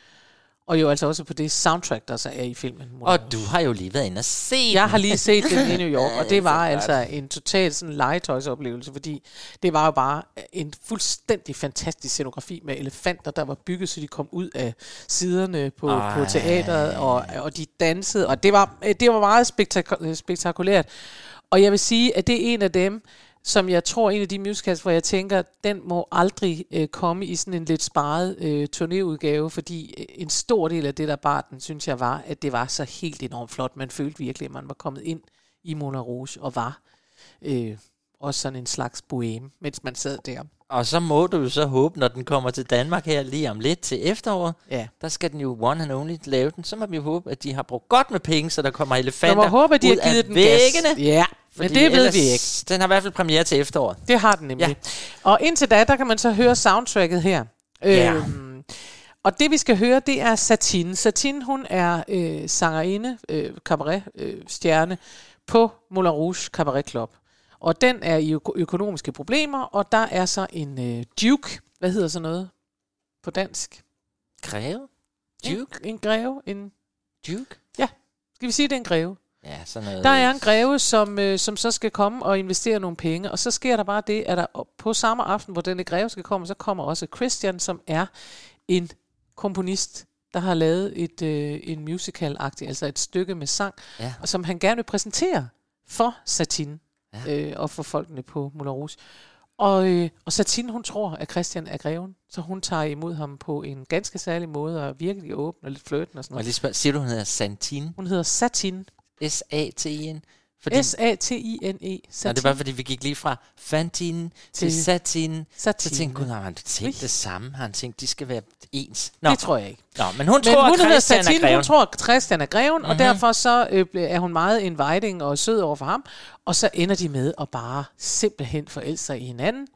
Og jo altså også på det soundtrack, der så er i filmen Moulin Og Rouge. du har jo lige været inde og se Jeg har lige set den i New York, og det var altså en total sådan legetøjsoplevelse, fordi det var jo bare en fuldstændig fantastisk scenografi med elefanter, der var bygget, så de kom ud af siderne på, på teateret, og, og de dansede, og det var, det var meget spektak- spektakulært. Og jeg vil sige, at det er en af dem, som jeg tror, en af de musicals, hvor jeg tænker, den må aldrig øh, komme i sådan en lidt sparet øh, turnéudgave, fordi øh, en stor del af det, der bar den, synes jeg var, at det var så helt enormt flot. Man følte virkelig, at man var kommet ind i Moulin Rouge, og var øh, også sådan en slags boheme, mens man sad der. Og så må du jo så håbe, når den kommer til Danmark her lige om lidt til efteråret, ja. der skal den jo one and only lave den, så må vi jo håbe, at de har brugt godt med penge, så der kommer elefanter ud af væggene. Man må håbe, at de har givet den gas. Ja. Men det ved vi ikke. Den har i hvert fald premiere til efteråret. Det har den nemlig. Ja. Og indtil da, der kan man så høre soundtracket her. Ja. Øhm, og det vi skal høre, det er Satine. Satine, hun er øh, sangerinde, øh, cabaret øh, stjerne på Moulin Rouge Cabaret Club. Og den er i ø- økonomiske problemer, og der er så en øh, duke. Hvad hedder så noget på dansk? Greve? Duke? En, en greve? En duke? Ja, skal vi sige, det er en greve? Ja, sådan noget. Der er en greve, som, øh, som så skal komme og investere nogle penge, og så sker der bare det, at der på samme aften, hvor denne greve skal komme, så kommer også Christian, som er en komponist, der har lavet et øh, en musical-agtigt, altså et stykke med sang, ja. og som han gerne vil præsentere for Satine ja. øh, og for folkene på Moulin Rouge. Og, øh, og Satine, hun tror, at Christian er greven, så hun tager imod ham på en ganske særlig måde, og virkelig åben og lidt flirten og sådan noget. Og lige spørg, siger du, hun hedder Santine? Hun hedder Satine. S A T I N Fordi S A T I N E. Nå, det er bare fordi, vi gik lige fra Fantine til, til Satine. Satine. Så tænkte Gud, har han tænkt det samme? Har han tænkt, de skal være ens? Nå. Det tror jeg ikke. Nå, men hun men tror, hun at Christian Satine, er greven. Hun tror, at Christian er greven, mm-hmm. og derfor så øh, er hun meget inviting og sød over for ham. Og så ender de med at bare simpelthen forelske sig i hinanden.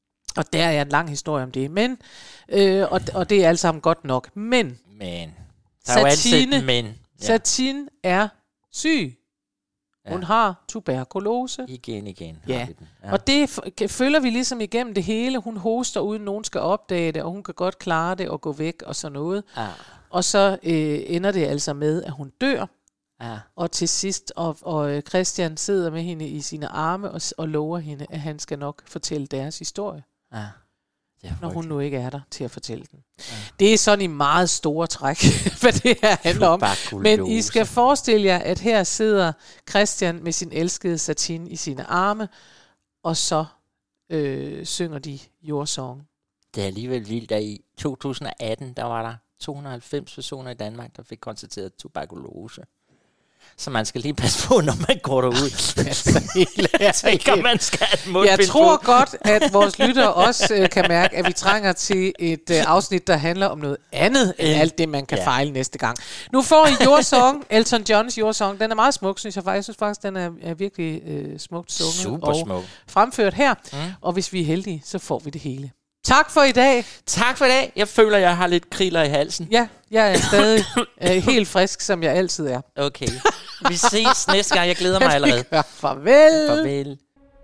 Og der er en lang historie om det. Men, øh, og, og det er alt sammen godt nok. Men, men. Der er Satine, jo altid men. Ja. Satine er syg. Ja. Hun har tuberkulose. Igen, igen. Ja. ja, og det f- følger vi ligesom igennem det hele. Hun hoster, uden nogen skal opdage det, og hun kan godt klare det og gå væk og sådan noget. Ja. Og så øh, ender det altså med, at hun dør. Ja. Og til sidst, og, og Christian sidder med hende i sine arme og, og lover hende, at han skal nok fortælle deres historie. Ja. Når hun nu ikke er der til at fortælle den. Ja. Det er sådan i meget store træk, hvad det her handler om. Men I skal forestille jer, at her sidder Christian med sin elskede Satine i sine arme, og så øh, synger de Your Song. Det er alligevel vildt, at i to tusind atten, der var der to hundrede og halvfems personer i Danmark, der fik konstateret tuberkulose. Så man skal lige passe på, når man går derud. Jeg tænker, man skal have et mundbind. Jeg tror godt, at vores lyttere også øh, kan mærke, at vi trænger til et øh, afsnit, der handler om noget andet end øh, alt det, man kan ja. fejle næste gang. Nu får I Your Song, Elton Johns Your Song. Den er meget smuk, synes jeg faktisk. Jeg synes faktisk, den er, er virkelig øh, smukt sunget Super og smuk. Fremført her. Mm. Og hvis vi er heldige, så får vi det hele. Tak for i dag. Tak for i dag. Jeg føler, jeg har lidt kriller i halsen. Ja, jeg er stadig øh, helt frisk, som jeg altid er. Okay. Vi ses næste gang. Jeg glæder mig allerede. Farvel. Farvel.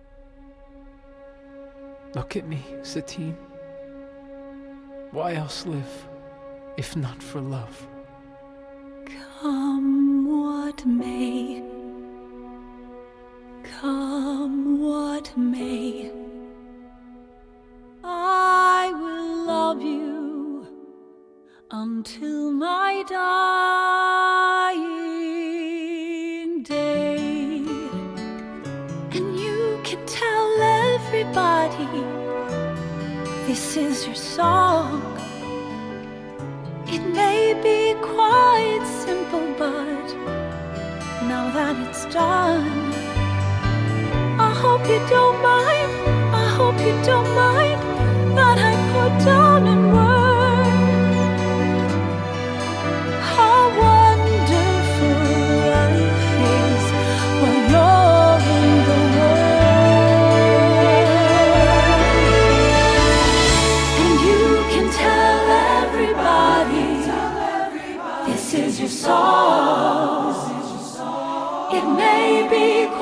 Look at me, Satine. Why else live, if not for love? Come what may, come what may, I will love you until my dying day. And you can tell everybody this is your song. It may be quite simple, but now that it's done, I hope you don't mind, I hope you don't mind that I put down in words how wonderful life is when you're in the world. And you can tell everybody this is your song. It may be